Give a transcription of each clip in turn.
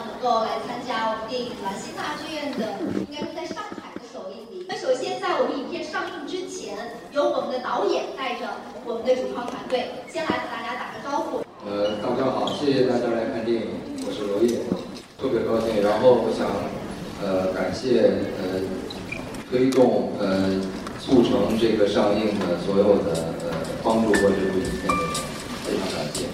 能够来参加我们电影兰心大剧院的，应该是在上海的首映礼。那首先在我们影片上映之前，由我们的导演带着我们的主创团队先来和大家打个招呼。 大家好，谢谢大家来看电影，我是娄烨，特别高兴。然后我想感谢推动促成这个上映的所有的帮助过这部影片的人，非常感谢。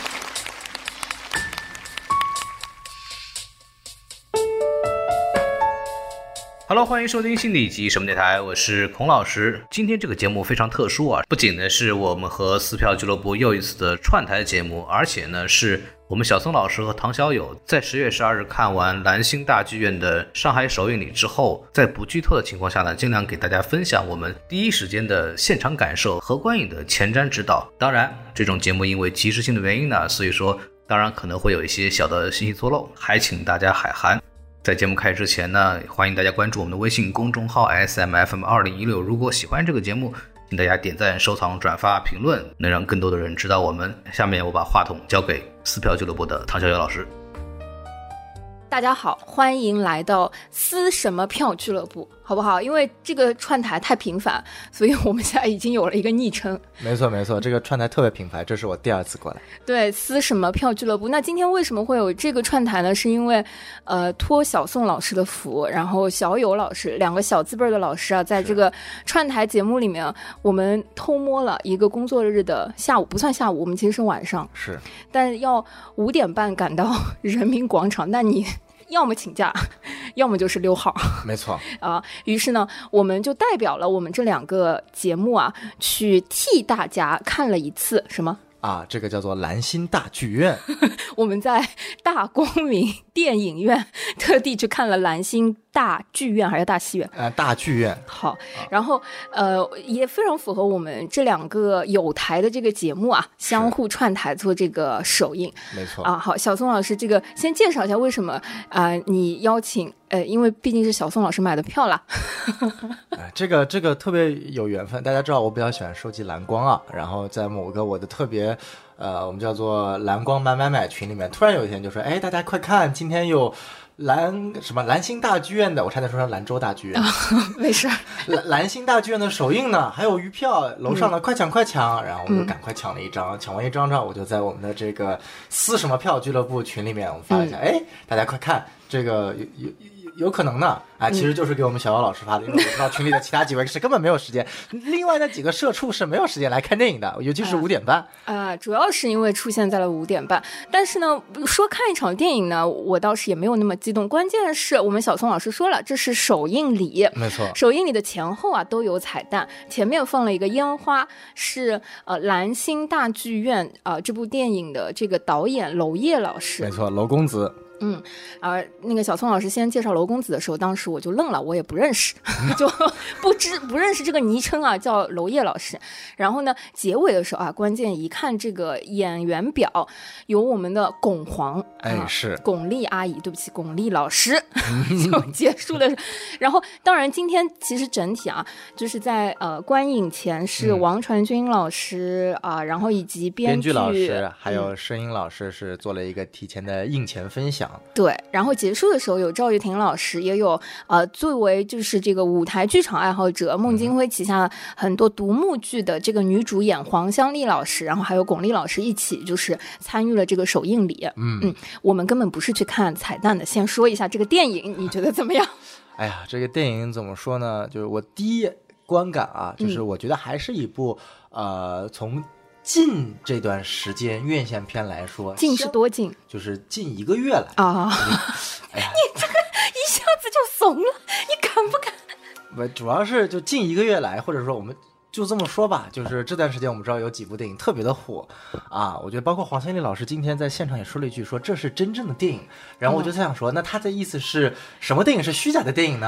Hello， 欢迎收听新的一集什么电台，我是孔老师。今天这个节目非常特殊啊，不仅呢是我们和撕票俱乐部又一次的串台节目，而且呢是我们小松老师和唐小友在10月12日看完兰心大剧院的上海首映礼之后，在不剧透的情况下呢，尽量给大家分享我们第一时间的现场感受和观影的前瞻指导。当然，这种节目因为及时性的原因呢，所以说当然可能会有一些小的信息错漏，还请大家海涵。在节目开始之前呢，欢迎大家关注我们的微信公众号 SMFM2016。如果喜欢这个节目，请大家点赞、收藏、转发、评论，能让更多的人知道我们。下面我把话筒交给撕票俱乐部的唐小友老师。 大家好，欢迎来到撕什么票俱乐部，好不好？因为这个串台太频繁，所以我们现在已经有了一个昵称。 没错，这个串台特别频繁，这是我第2次过来。 对，撕什么票俱乐部。那今天为什么会有这个串台呢？是因为托小宋老师的福，然后小友老师2个小字辈的老师啊，在这个串台节目里面，我们偷摸了一个工作日的下午，不算下午，我们其实是晚上， 是， 但要5点半赶到人民广场，那你要么请假，要么就是溜号。 没错啊，于是呢，我们就代表了我们这2个节目啊，去替大家看了一次什么啊？这个叫做兰心大剧院。 我们在大光明电影院特地去看了兰心大剧院还是大戏院？ 大剧院。 好，然后也非常符合我们这2个有台的这个节目啊，相互串台做这个首映。 没错啊。好，小宋老师，这个先介绍一下为什么你邀请因为毕竟是小宋老师买的票啦。 这个特别有缘分。大家知道我比较喜欢收集蓝光啊，然后在某个我的特别我们叫做蓝光买群里面，突然有一天就说，哎，大家快看，今天有兰心大剧院的，我差点说成兰州大剧院。 没事。 兰心大剧院的首映呢，还有余票，楼上呢，快抢！然后我就赶快抢了一张，抢完一张之后，我就在我们的这个撕什么票俱乐部群里面，我们发了一下，哎，大家快看，这个有可能呢，其实就是给我们小姚老师发的，因为我知道群里的其他几位是根本没有时间，另外那几个社畜是没有时间来看电影的，尤其是5点半主要是因为出现在了5点半。但是呢，说看一场电影呢，我倒是也没有那么激动。关键是我们小宋老师说了，这是首映礼， 没错， 首映礼的前后啊都有彩蛋，前面放了一个烟花，是兰心大剧院这部电影的这个导演娄烨老师， 没错，娄公子。 那个小宋老师先介绍娄公子的时候，当时我就愣了，我也不认识，就不认识这个昵称啊，叫娄烨老师。然后呢，结尾的时候啊，关键一看这个演员表，有我们的巩皇， 是巩俐阿姨，对不起，巩俐老师，就结束了。然后，当然今天其实整体啊，就是在观影前是王传君老师然后以及编剧老师，还有声音老师是做了一个提前的映前分享。 对，然后结束的时候有赵玉婷老师，也有作为就是这个舞台剧场爱好者，孟京辉旗下很多独幕剧的这个女主演黄香丽老师，然后还有巩俐老师一起就是参与了这个首映礼。我们根本不是去看彩蛋的，先说一下这个电影你觉得怎么样？ 哎呀，这个电影怎么说呢，就是我第一观感啊，就是我觉得还是一部从近这段时间院线片来说， 近是多近？ 就是近1个月来哎呀，你这个一下子就怂了，你敢不敢？ 不，主要是就近1个月来，或者说我们就这么说吧，就是这段时间我们知道有几部电影特别的火我觉得包括黄香丽老师今天在现场也说了一句，说这是真正的电影。然后我就在想说，那他的意思是什么电影是虚假的电影呢？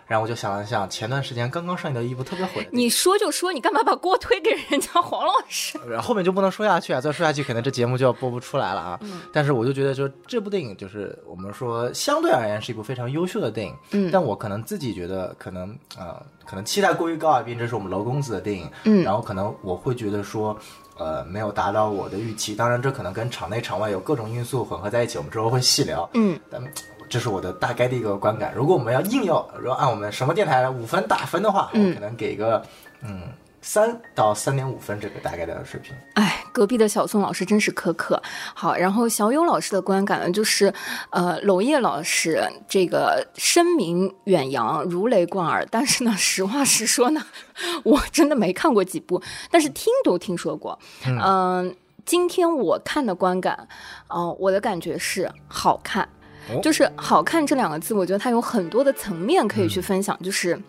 然后我就想了想，前段时间刚刚上映的一部特别火的， 你说就说，你干嘛把锅推给人家黄老师？ 后面就不能说下去啊，再说下去可能这节目就要播不出来了啊。但是我就觉得说这部电影就是我们说相对而言是一部非常优秀的电影，但我可能自己觉得可能期待过于高啊，毕竟这是我们娄公子的电影，然后可能我会觉得说没有达到我的预期，当然这可能跟场内场外有各种因素混合在一起，我们之后会细聊。但这是我的大概的一个观感。如果我们要按我们什么电台5分打分的话，我可能给个3到3.5分这个大概的水平。 哎，隔壁的小宋老师真是苛刻。好，然后小友老师的观感呢，就是娄烨老师这个声名远扬，如雷贯耳。但是呢，实话实说呢，我真的没看过几部，但是听都听说过。今天我看的观感，我的感觉是好看。就是好看这2个字，我觉得它有很多的层面可以去分享，就是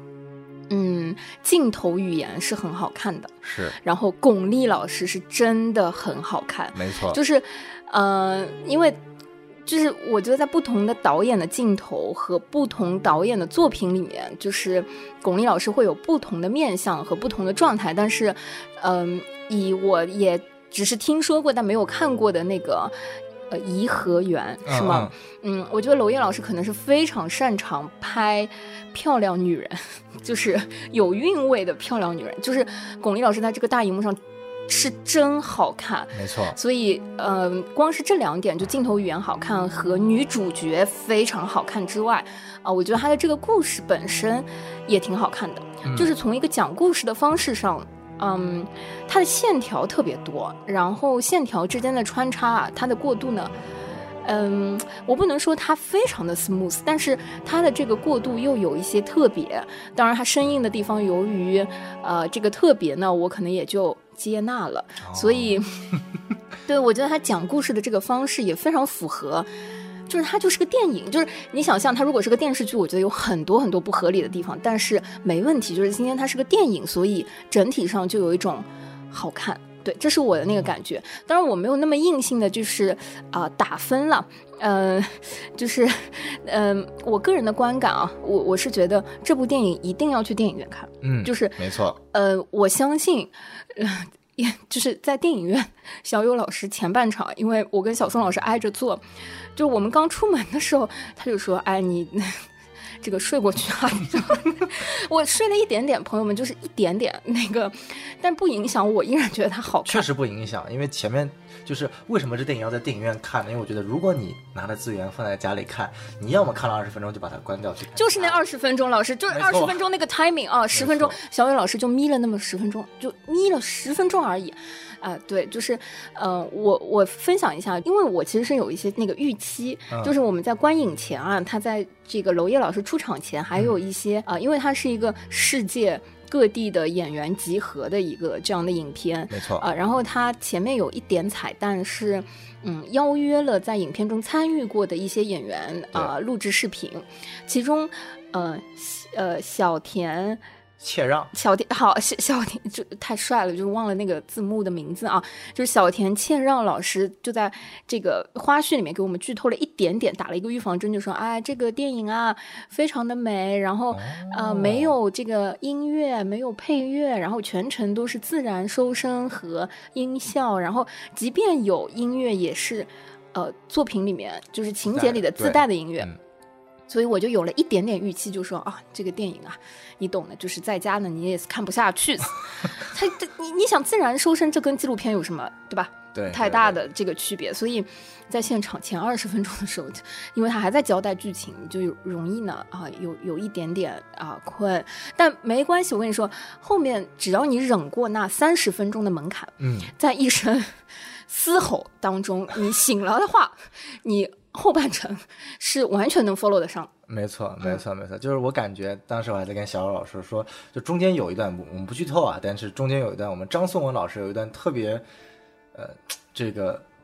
镜头语言是很好看的， 是， 然后巩俐老师是真的很好看， 没错， 就是因为就是我觉得在不同的导演的镜头和不同导演的作品里面，就是巩俐老师会有不同的面向和不同的状态，但是以我也只是听说过但没有看过的那个颐和园是吗？我觉得娄烨老师可能是非常擅长拍漂亮女人，就是有韵味的漂亮女人，就是巩俐老师在这个大荧幕上是真好看， 没错。 所以光是这2点，就镜头语言好看和女主角非常好看之外，我觉得她的这个故事本身也挺好看的，就是从一个讲故事的方式上。它的线条特别多，然后线条之间的穿插啊，它的过渡呢，我不能说它非常的 smooth， 但是它的这个过渡又有一些特别。当然，它生硬的地方，由于这个特别呢，我可能也就接纳了。所以，对，我觉得他讲故事的这个方式也非常符合。就是它就是个电影，就是你想象它如果是个电视剧，我觉得有很多很多不合理的地方，但是没问题，就是今天它是个电影，所以整体上就有一种好看。对，这是我的那个感觉。当然我没有那么硬性的就是打分了，就是我个人的观感啊，我是觉得这部电影一定要去电影院看，就是没错， 我相信就是在电影院小友老师前半场，因为我跟小宋老师挨着坐，就我们刚出门的时候他就说，哎，你这个睡过去啊我睡了一点点，朋友们，就是一点点那个，但不影响我依然觉得它好看。 确实不影响，因为前面就是为什么这电影要在电影院看呢？因为我觉得如果你拿了资源放在家里看，你要么看了20分钟就把它关掉去看， 就是那20分钟，老师就是20分钟那个 timing 啊，10分钟，小伟老师就眯了那么10分钟，就眯了10分钟而已。对，就是我分享一下，因为我其实是有一些那个预期，就是我们在观影前啊，他在这个娄烨老师出场前，还有一些因为它是一个世界各地的演员集合的一个这样的影片， 没错然后它前面有一点彩蛋是邀约了在影片中参与过的一些演员录制视频，其中小田切让， 小田就太帅了，就忘了那个字幕的名字啊，就是小田切让老师就在这个花絮里面给我们剧透了一点点，打了一个预防针，就说哎，这个电影啊非常的美，然后没有这个音乐，没有配乐，然后全程都是自然收声和音效，然后即便有音乐也是作品里面就是情节里的自带的音乐。所以我就有了一点点预期，就说啊，这个电影啊，你懂的，就是在家呢你也是看不下去你想自然收声，这跟纪录片有什么对吧？ 对， 太大的这个区别。所以在现场前20分钟的时候，因为他还在交代剧情，就容易呢有一点点困，但没关系，我跟你说，后面只要你忍过那30分钟的门槛，在一声嘶吼当中，你醒了的话，你后半程是完全能 follow 得上。 没错，就是我感觉当时我还在跟小友老师说，就中间有一段我们不剧透啊，但是中间有一段我们张颂文老师有一段特别这个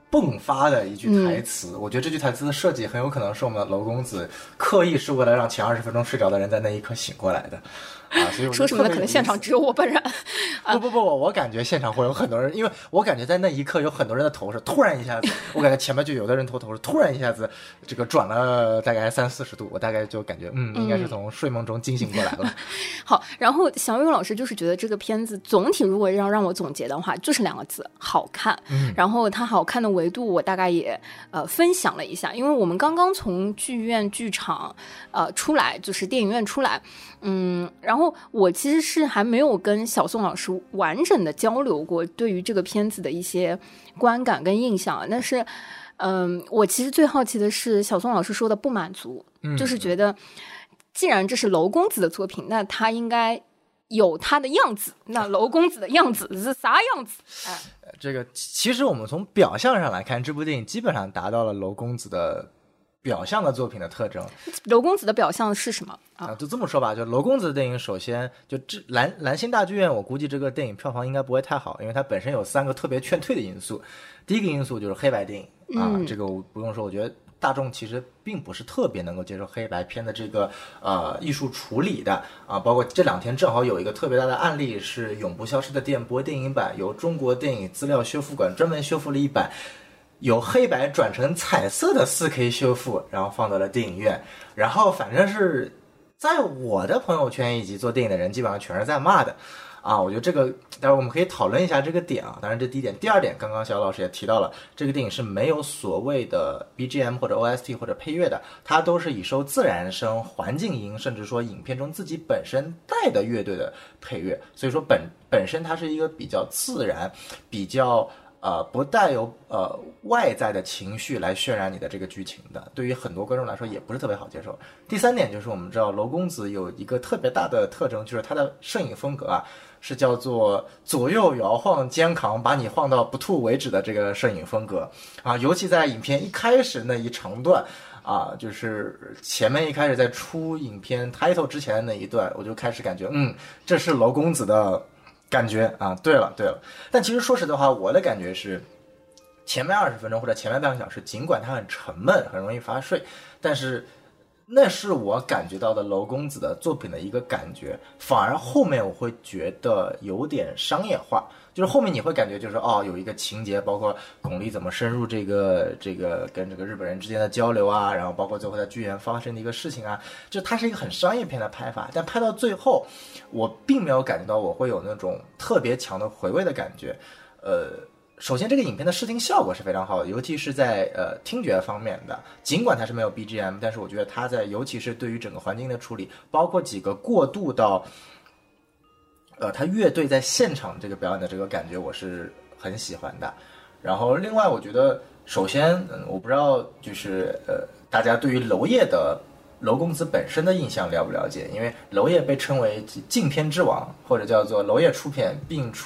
迸发的一句台词，我觉得这句台词的设计很有可能是我们的娄公子刻意是为了让前20分钟睡着的人在那一刻醒过来的。所以我说什么呢？可能现场只有我本人。 不，我感觉现场会有很多人，因为我感觉在那一刻有很多人的头是突然一下子，我感觉前面就有的人头是突然一下子这个转了大概30-40度，我大概就感觉应该是从睡梦中惊醒过来了。 好，然后小勇老师就是觉得这个片子总体如果让我总结的话，就是2个字：好看。然后它好看的维度我大概也分享了一下，因为我们刚刚从剧场出来，就是电影院出来，然后我其实是还没有跟小宋老师完整的交流过对于这个片子的一些观感跟印象，但是我其实最好奇的是小宋老师说的不满足，就是觉得既然这是娄公子的作品，那他应该有他的样子，那娄公子的样子是啥样子？ 这个其实我们从表象上来看，这部电影基本上达到了娄公子的表象的作品的特征。 娄公子的表象是什么啊？ 就这么说吧，就娄公子的电影，首先就兰心大剧院，我估计这个电影票房应该不会太好，因为它本身有3个特别劝退的因素。第一个因素就是黑白电影这个我不用说，我觉得大众其实并不是特别能够接受黑白片的这个艺术处理的包括这2天正好有一个特别大的案例是《永不消失的电波》电影版，由中国电影资料修复馆专门修复了一版，由黑白转成彩色的4K 修复，然后放到了电影院。然后反正是在我的朋友圈以及做电影的人基本上全是在骂的我觉得这个待会儿我们可以讨论一下这个点当然这第一点。第二点，刚刚小老师也提到了，这个电影是没有所谓的 BGM 或者 OST 或者配乐的，它都是以收自然声、环境音，甚至说影片中自己本身带的乐队的配乐，所以说本身它是一个比较自然、比较不带有外在的情绪来渲染你的这个剧情的，对于很多观众来说也不是特别好接受。第三点就是我们知道娄公子有一个特别大的特征，就是他的摄影风格是叫做左右摇晃肩扛，把你晃到不吐为止的这个摄影风格尤其在影片一开始那一长段就是前面一开始在出影片 title 之前的那一段，我就开始感觉这是娄公子的感觉对了，但其实说实的话，我的感觉是前面20分钟或者前面半个小时，尽管它很沉闷，很容易发睡，但是那是我感觉到的娄公子的作品的一个感觉。反而后面我会觉得有点商业化，就是后面你会感觉就是有一个情节，包括巩俐怎么深入这个跟这个日本人之间的交流然后包括最后在剧院发生的一个事情就它是一个很商业片的拍法，但拍到最后我并没有感觉到我会有那种特别强的回味的感觉。首先这个影片的视听效果是非常好的，尤其是在听觉方面的，尽管它是没有 BGM， 但是我觉得它在尤其是对于整个环境的处理，包括几个过渡到他乐队在现场这个表演的这个感觉，我是很喜欢的。然后另外我觉得首先我不知道就是大家对于娄公子本身的印象了不了解，因为娄烨被称为禁片之王，或者叫做娄烨出品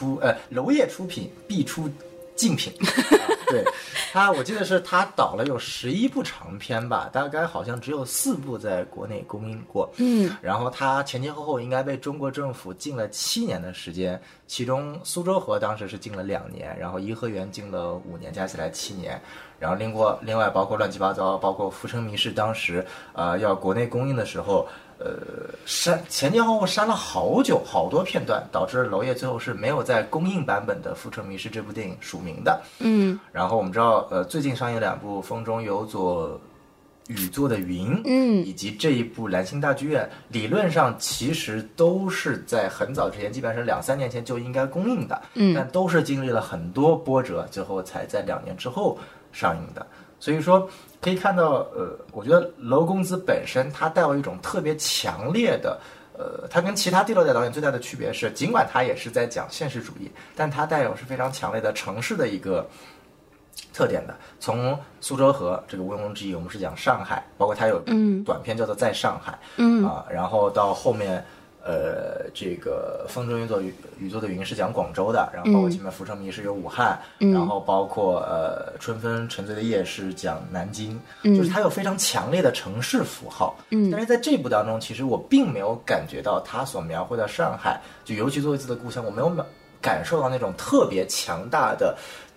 必出竞品对我记得是他导了有11部长片吧，大概好像只有4部在国内公映过然后他前前后后应该被中国政府禁了7年的时间，其中苏州河当时是禁了2年，然后颐和园禁了5年，加起来7年，然后另外包括乱七八糟，包括浮城谜事当时要国内公映的时候前前后后删了好多片段，导致娄烨最后是没有在公映版本的《浮城谜事》这部电影署名的然后我们知道最近上映2部《风中有朵雨做的云以及这一部《兰心大剧院》，理论上其实都是在很早之前，基本上是2-3年前就应该公映的但都是经历了很多波折，最后才在2年之后上映的。所以说可以看到我觉得娄公子本身他带有一种特别强烈的他跟其他第6代导演最大的区别是，尽管他也是在讲现实主义，但他带有是非常强烈的城市的一个特点的。从苏州河这个毋庸置疑，我们是讲上海，包括他有短片叫做在上海然后到后面这个风中雨做的云是讲广州的，然后包括前面浮城谜是有武汉然后包括春风沉醉的夜是讲南京就是它有非常强烈的城市符号但是在这部当中其实我并没有感觉到他所描绘的上海，就尤其作为自己的故乡，我没有感受到那种特别强大的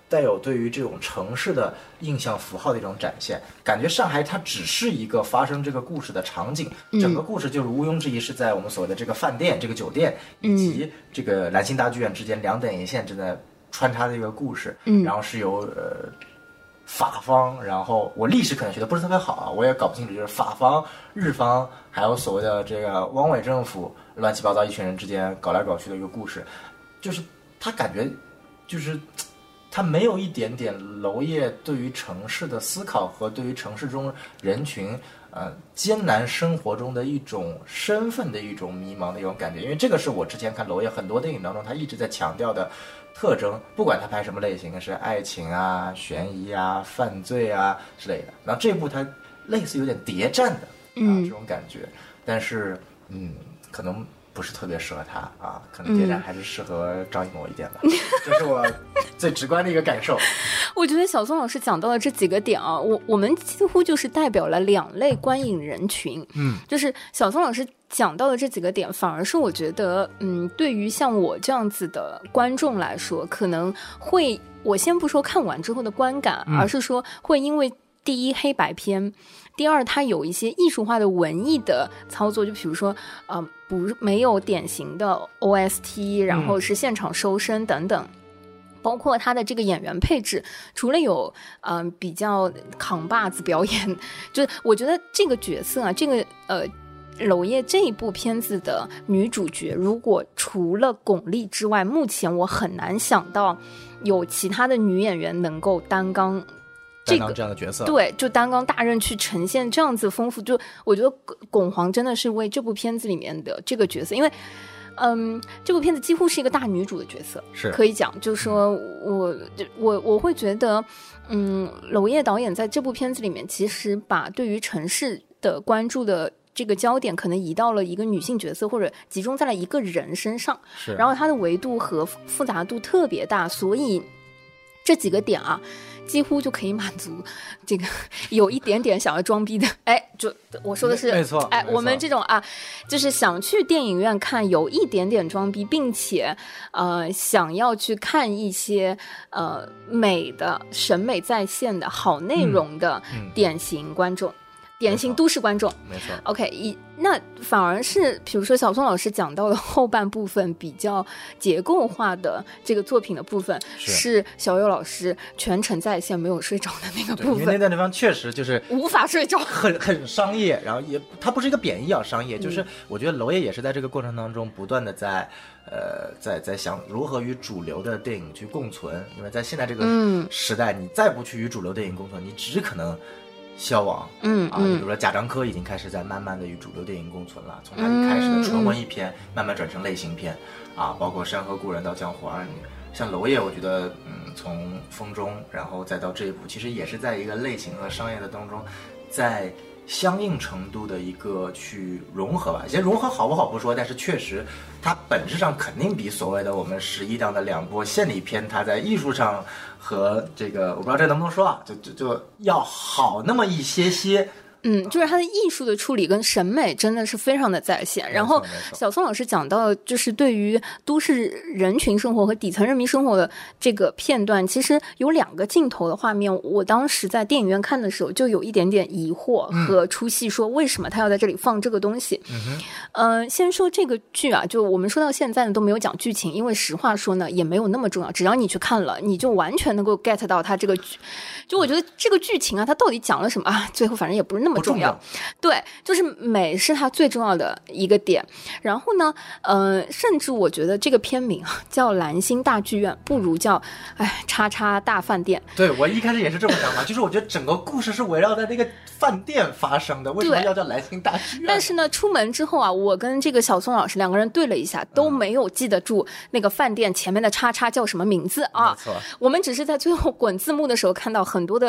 带有对于这种城市的印象符号的一种展现，感觉上海它只是一个发生这个故事的场景，整个故事就是毋庸置疑是在我们所谓的这个饭店、这个酒店以及这个兰心大剧院之间两点一线正在穿插的一个故事，然后是由法方，然后我历史可能学的不是特别好啊，我也搞不清楚，就是法方、日方还有所谓的这个汪伪政府乱七八糟一群人之间搞来搞去的一个故事，就是他感觉就是他没有一点点娄烨对于城市的思考和对于城市中人群艰难生活中的一种身份的一种迷茫的一种感觉，因为这个是我之前看娄烨很多电影当中他一直在强调的特征，不管他拍什么类型，是爱情啊、悬疑啊、犯罪啊之类的。然后这部他类似有点谍战的这种感觉，但是可能不是特别适合他啊，可能谍战还是适合张艺谋一点吧，这是我最直观的一个感受。 我觉得小宋老师讲到的这几个点啊，我们几乎就是代表了两类观影人群，就是小宋老师讲到的这几个点，反而是我觉得，对于像我这样子的观众来说，可能会，我先不说看完之后的观感，而是说会因为第一黑白片，第二它有一些艺术化的文艺的操作，就比如说，没有典型的 OST， 然后是现场收声等等。包括他的这个演员配置，除了有比较扛把子表演，就是我觉得这个角色啊，这个娄烨这一部片子的女主角，如果除了巩俐之外，目前我很难想到有其他的女演员能够担纲这样的角色， 对，就担纲大任去呈现这样子丰富。就我觉得巩皇真的是为这部片子里面的这个角色，因为这部片子几乎是一个大女主的角色， 是可以讲，就是说我会觉得，娄烨导演在这部片子里面，其实把对于城市的关注的这个焦点，可能移到了一个女性角色，或者集中在了一个人身上，然后它的维度和复杂度特别大，所以这几个点啊，几乎就可以满足这个有一点点想要装逼的，就我说的是没错， 我们这种啊，就是想去电影院看有一点点装逼，并且想要去看一些美的审美在线的好内容的典型观众。典型都市观众， 没错。 OK， 那反而是比如说小宋老师讲到的后半部分比较结构化的这个作品的部分，是小友老师全程在线没有睡着的那个部分。 因为那地方确实就是无法睡着， 很商业，然后也它不是一个贬义啊，商业，就是我觉得娄烨也是在这个过程当中不断的在想如何与主流的电影去共存，因为在现在这个时代，你再不去与主流电影共存，你只可能消亡。比如说贾樟柯已经开始在慢慢的与主流电影共存了，从他一开始的纯文艺片慢慢转成类型片包括山河故人到江湖儿女，像娄烨我觉得从风中然后再到这一部，其实也是在一个类型和商业的当中在相应程度的一个去融合吧。其实融合好不好不说，但是确实它本质上肯定比所谓的我们11档的2部献礼片，它在艺术上和这个我不知道这能不能说啊，就要好那么一些。 就是他的艺术的处理跟审美真的是非常的在线。然后小宋老师讲到，就是对于都市人群生活和底层人民生活的这个片段，其实有2个镜头的画面，我当时在电影院看的时候就有一点点疑惑和出戏，说为什么他要在这里放这个东西。先说这个剧啊，就我们说到现在呢都没有讲剧情，因为实话说呢也没有那么重要，只要你去看了，你就完全能够 get 到他这个剧。就我觉得这个剧情啊，它到底讲了什么啊？最后反正也不是那么重要。对，就是美是它最重要的一个点。然后呢，甚至我觉得这个片名叫兰心大剧院，不如叫叉叉大饭店。 对，我一开始也是这么想法，就是我觉得整个故事是围绕在那个饭店发生的，为什么要叫兰心大剧院？ 但是呢，出门之后啊，我跟这个小宋老师2个人对了一下，都没有记得住那个饭店前面的叉叉叫什么名字啊。 没错， 我们只是在最后滚字幕的时候看到很多的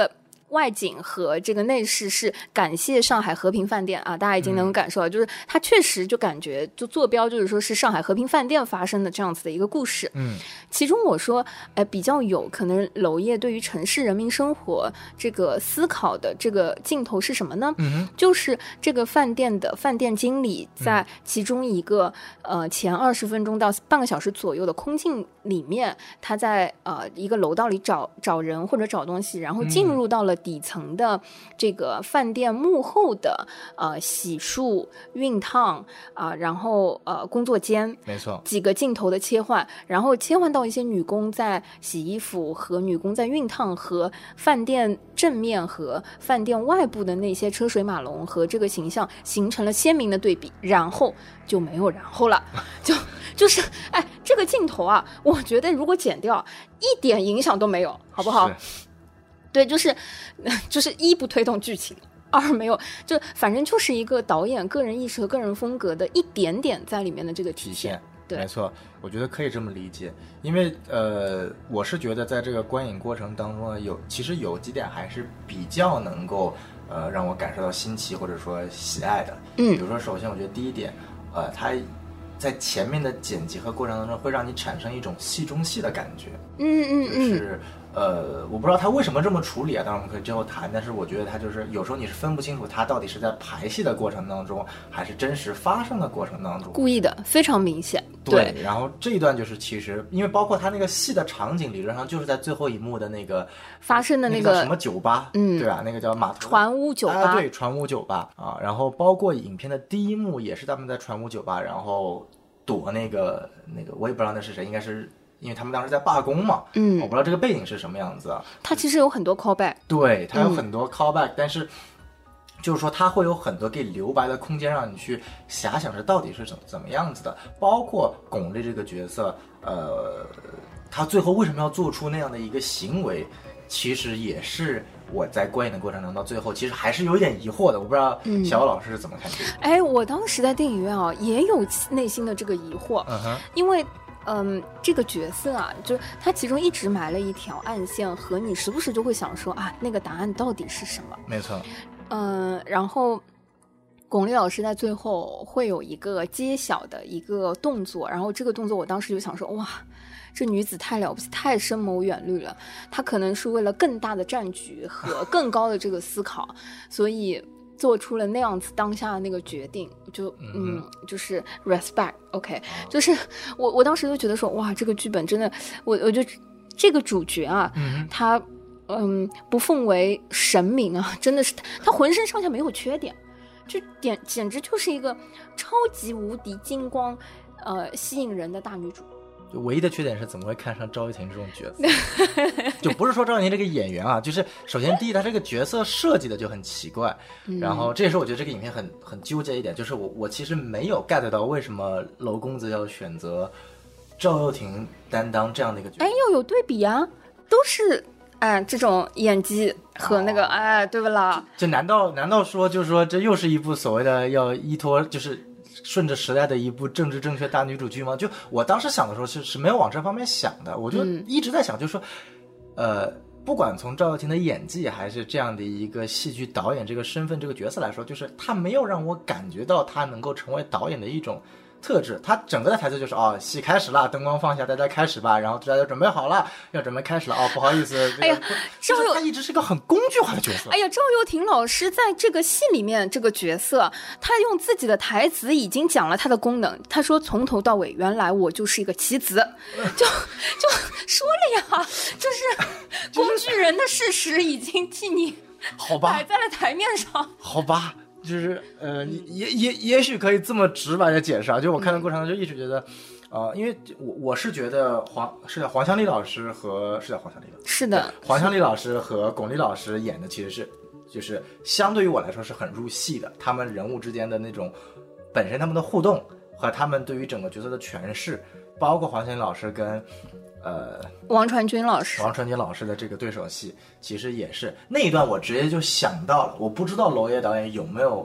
外景和这个内饰是感谢上海和平饭店啊，大家已经能感受到，就是它确实就感觉就坐标就是说是上海和平饭店发生的这样子的一个故事。其中我说，比较有可能娄烨对于城市人民生活这个思考的这个镜头是什么呢？就是这个饭店的饭店经理在其中一个前20分钟到半个小时左右的空镜里面，他在一个楼道里找人或者找东西，然后进入到了底层的这个饭店幕后的洗漱、熨烫然后工作间， 没错， 几个镜头的切换，然后切换到一些女工在洗衣服和女工在熨烫，和饭店正面和饭店外部的那些车水马龙和这个形象形成了鲜明的对比，然后就没有然后了，就是这个镜头啊，我觉得如果剪掉一点影响都没有，好不好？对，就是一不推动剧情，二没有，就反正就是一个导演个人意识和个人风格的一点点在里面的这个体现。对， 没错，我觉得可以这么理解，因为我是觉得在这个观影过程当中呢，其实有几点还是比较能够让我感受到新奇或者说喜爱的。比如说，首先我觉得第一点，它在前面的剪辑和过程当中会让你产生一种戏中戏的感觉。就是我不知道他为什么这么处理啊，当然我们可以之后谈，但是我觉得他就是有时候你是分不清楚他到底是在排戏的过程当中还是真实发生的过程当中， 故意的，非常明显。 对，然后这一段就是其实因为包括他那个戏的场景理论上就是在最后一幕的那个发生的那个什么酒吧，对吧？那个叫码头船屋酒吧， 对，船屋酒吧啊。然后包括影片的第一幕也是他们在船屋酒吧，然后躲那个我也不知道那是谁，应该是因为他们当时在罢工嘛，我不知道这个背景是什么样子啊。 它其实有很多 callback， 对，它有很多 callback，但是就是说它会有很多给留白的空间，让你去遐想这到底是怎么样子的。包括巩俐这个角色，他最后为什么要做出那样的一个行为，其实也是我在观影的过程中到最后其实还是有一点疑惑的。我不知道小欧老师是怎么看这个。 我当时在电影院也有内心的这个疑惑，因为这个角色啊，就他其中一直埋了一条暗线，和你时不时就会想说那个答案到底是什么？ 没错。 然后巩俐老师在最后会有一个揭晓的一个动作，然后这个动作我当时就想说，哇，这女子太了不起，太深谋远虑了，她可能是为了更大的战局和更高的这个思考，所以做出了那样子当下的那个决定，就是 respect OK， 就是我当时就觉得说，哇，这个剧本真的，我就这个主角啊，他不奉为神明啊，真的是他浑身上下没有缺点，这点简直就是一个超级无敌金光吸引人的大女主。 就唯一的缺点是怎么会看上赵又廷这种角色就不是说赵又廷这个演员啊，就是首先第一他这个角色设计的就很奇怪，然后这也是我觉得这个影片很纠结一点，就是我其实没有 get 到为什么娄公子要选择赵又廷担当这样的一个角色。 要有对比啊，都是这种演技和那个对不啦？ 这难道说就是说这又是一部所谓的要依托就是顺着时代的一部政治正确大女主剧吗？就我当时想的时候是没有往这方面想的，我就一直在想，就是说不管从赵又廷的演技还是这样的一个戏剧导演这个身份这个角色来说，就是他没有让我感觉到他能够成为导演的一种特质。他整个的台词就是戏开始了，灯光放下，大家开始吧，然后大家准备好了，要准备开始了不好意思，就是他一直是个很工具化的角色。 赵又廷老师在这个戏里面这个角色，他用自己的台词已经讲了他的功能。他说从头到尾，原来我就是一个棋子，就说了呀，就是工具人的事实已经替你摆在了台面上。 好吧。就是也许可以这么直白的解释啊，就我看的过程中就一直觉得，因为我是觉得黄湘丽老师和是黄湘丽老师和巩俐老师演的其实是就是相对于我来说是很入戏的，他们人物之间的那种本身他们的互动和他们对于整个角色的诠释，包括黄湘丽老师跟王传君老师的这个对手戏，其实也是那一段我直接就想到了，我不知道娄烨导演有没有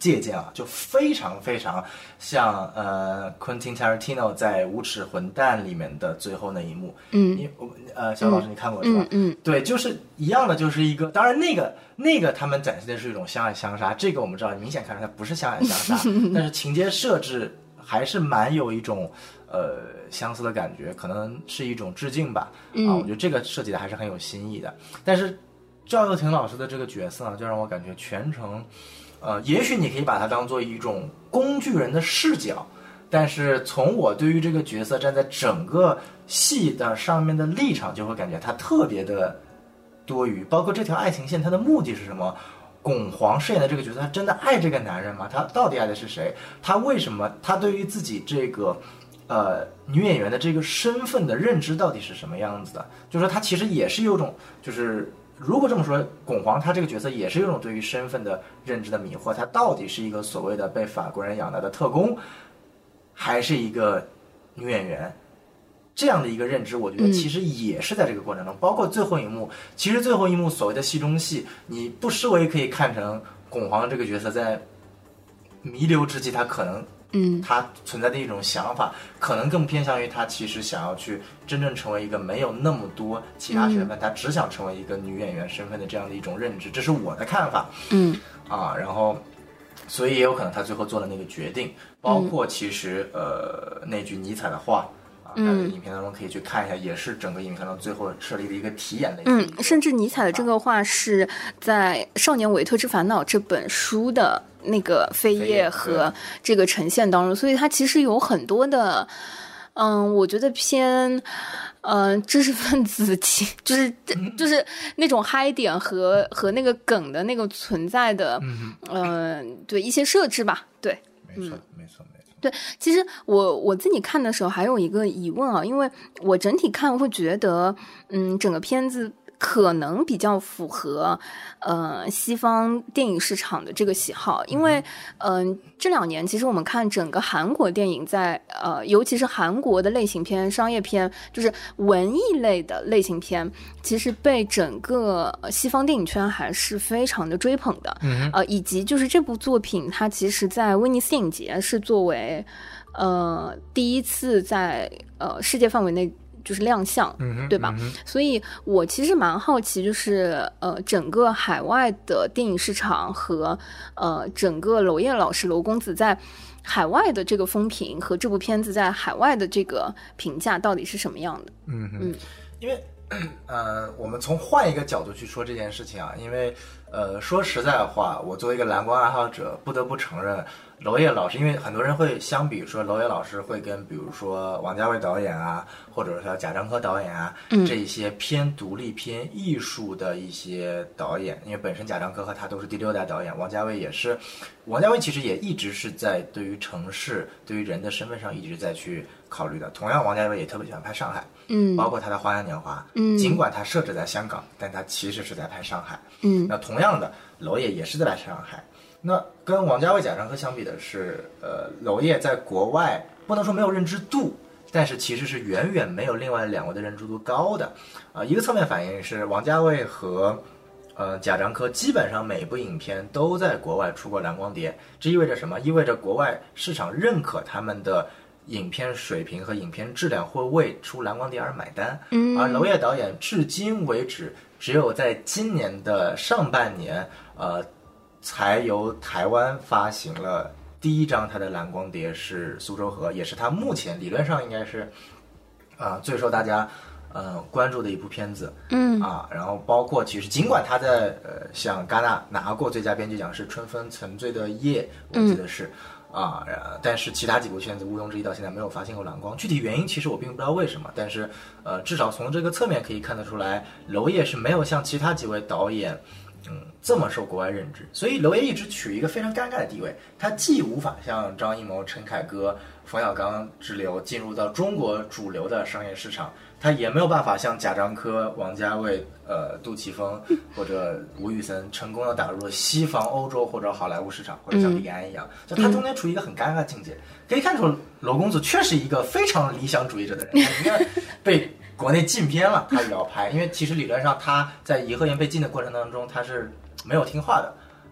借鉴啊，就非常非常像Quentin Tarantino 在《无耻混蛋》里面的最后那一幕。小老师你看过是吧？对，就是一样的，就是一个，当然那个他们展现的是一种相爱相杀，这个我们知道明显看出来不是相爱相杀，但是情节设置还是蛮有一种相似的感觉，可能是一种致敬吧。我觉得这个设计的还是很有新意的。但是赵又廷老师的这个角色呢，就让我感觉全程。也许你可以把它当做一种工具人的视角，但是从我对于这个角色站在整个戏的上面的立场，就会感觉他特别的多余。包括这条爱情线，它的目的是什么？巩皇饰演的这个角色，他真的爱这个男人吗？他到底爱的是谁？他为什么？他对于自己这个女演员的这个身份的认知到底是什么样子的？就是说，他其实也是有种就是。如果这么说，巩皇他这个角色也是有种对于身份的认知的迷惑，他到底是一个所谓的被法国人养大的特工，还是一个女演员？这样的一个认知，我觉得其实也是在这个过程中，包括最后一幕，其实最后一幕所谓的戏中戏，你不失为可以看成巩皇这个角色在弥留之际，他可能。他存在的一种想法，可能更偏向于他其实想要去真正成为一个没有那么多其他身份，他只想成为一个女演员身份的这样的一种认知，这是我的看法。然后，所以也有可能他最后做了那个决定，包括其实那句尼采的话。大家影片当中可以去看一下，也是整个影片当中最后设立的一个题眼类。 甚至尼采的这个话是在《少年维特之烦恼》这本书的那个扉页和这个呈现当中，所以它其实有很多的，我觉得偏。知识分子就是那种嗨点和那个梗的那个存在的，对一些设置吧，对， 没错。 对，其实我自己看的时候还有一个疑问啊，因为我整体看会觉得，整个片子可能比较符合西方电影市场的这个喜好，因为这2年其实我们看整个韩国电影在尤其是韩国的类型片、商业片，就是文艺类的类型片，其实被整个西方电影圈还是非常的追捧的。以及就是这部作品它其实在威尼斯影节是作为第一次在世界范围内就是亮相，对吧？所以我其实蛮好奇，就是整个海外的电影市场和整个娄烨老师娄公子在海外的这个风评和这部片子在海外的这个评价到底是什么样的？ 因为我们从换一个角度去说这件事情啊，因为说实在话，我作为一个蓝光爱好者，不得不承认。娄烨老师，因为很多人会相比说娄烨老师会跟比如说王家卫导演啊，或者说贾樟柯导演啊，这一些偏独立偏艺术的一些导演，因为本身贾樟柯和他都是第6代导演，王家卫也是，王家卫其实也一直是在对于城市对于人的身份上一直在去考虑的。同样王家卫也特别喜欢拍上海，包括他的《花样年华》，尽管他设置在香港，但他其实是在拍上海。那同样的娄烨也是在拍上海。那跟王家卫、贾樟柯相比的是，娄烨在国外不能说没有认知度，但是其实是远远没有另外2位的认知度高的。一个侧面反映是王家卫和贾樟柯基本上每部影片都在国外出过蓝光碟，这意味着什么？意味着国外市场认可他们的影片水平和影片质量，会为出蓝光碟而买单。而娄烨导演至今为止，只有在今年的上半年，才由台湾发行了第一张他的蓝光碟，是《苏州河》，也是他目前理论上应该是最受大家关注的一部片子。然后包括其实尽管他在像戛纳拿过最佳编剧奖，是《春风沉醉的夜》，我记得是但是其他几部片子毋庸置疑到现在没有发行过蓝光，具体原因其实我并不知道为什么，但是至少从这个侧面可以看得出来，娄烨是没有像其他几位导演这么受国外认知，所以娄烨一直处于一个非常尴尬的地位，他既无法像张艺谋、陈凯歌、冯小刚之流进入到中国主流的商业市场，他也没有办法像贾樟柯、王家卫、杜琪峰或者吴宇森成功的打入了西方、欧洲或者好莱坞市场，或者像李安一样，就他中间处于一个很尴尬的境界。可以看出娄公子确实一个非常理想主义者的人，他宁愿被国内禁片了，他也要拍，因为其实理论上他在颐和园被禁的过程当中，他是没有听话的，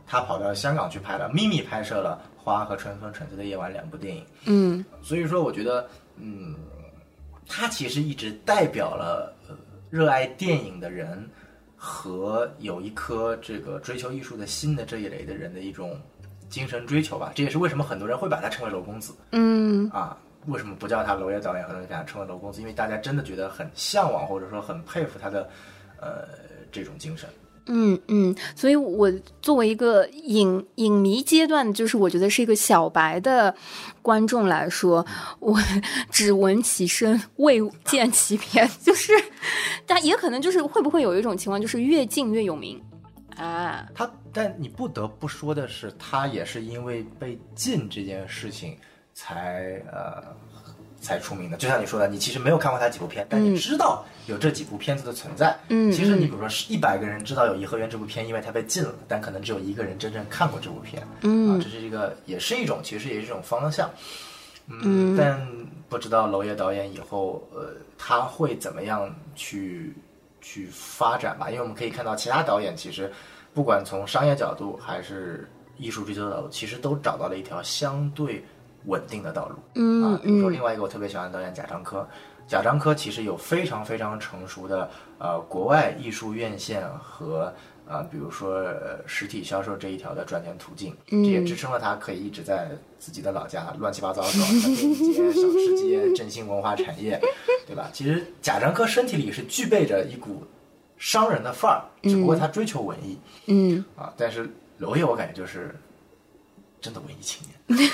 他跑到香港去拍了，秘密拍摄了《花和春风沉醉的夜晚》2部电影。所以说我觉得，他其实一直代表了热爱电影的人和有一颗这个追求艺术的心的这一类的人的一种精神追求吧。这也是为什么很多人会把他称为娄公子。为什么不叫他娄烨导演，很多人给他称为娄公子？因为大家真的觉得很向往，或者说很佩服他的这种精神。 所以我作为一个影迷阶段，就是我觉得是一个小白的观众来说，我只闻其声未见其片，就是但也可能就是会不会有一种情况，就是越近越有名啊。 但你不得不说的是，他也是因为被禁这件事情才出名的。就像你说的，你其实没有看过他几部片，但你知道有这几部片子的存在。其实你比如说100个人知道有《颐和园》这部片，因为它被禁了，但可能只有1个人真正看过这部片。这是一个，也是一种，其实也是一种方向。但不知道娄烨导演以后他会怎么样去发展吧？因为我们可以看到其他导演其实不管从商业角度还是艺术追求的角度，其实都找到了一条相对稳定的道路。比如说另外一个我特别喜欢的导演贾樟柯，贾樟柯其实有非常非常成熟的国外艺术院线和比如说实体销售这一条的赚钱途径，这也支撑了他可以一直在自己的老家乱七八糟搞电影节、小吃街、振兴文化产业，对吧？其实贾樟柯身体里是具备着一股商人的范儿，只不过他追求文艺。但是娄烨我感觉就是真的文艺青年。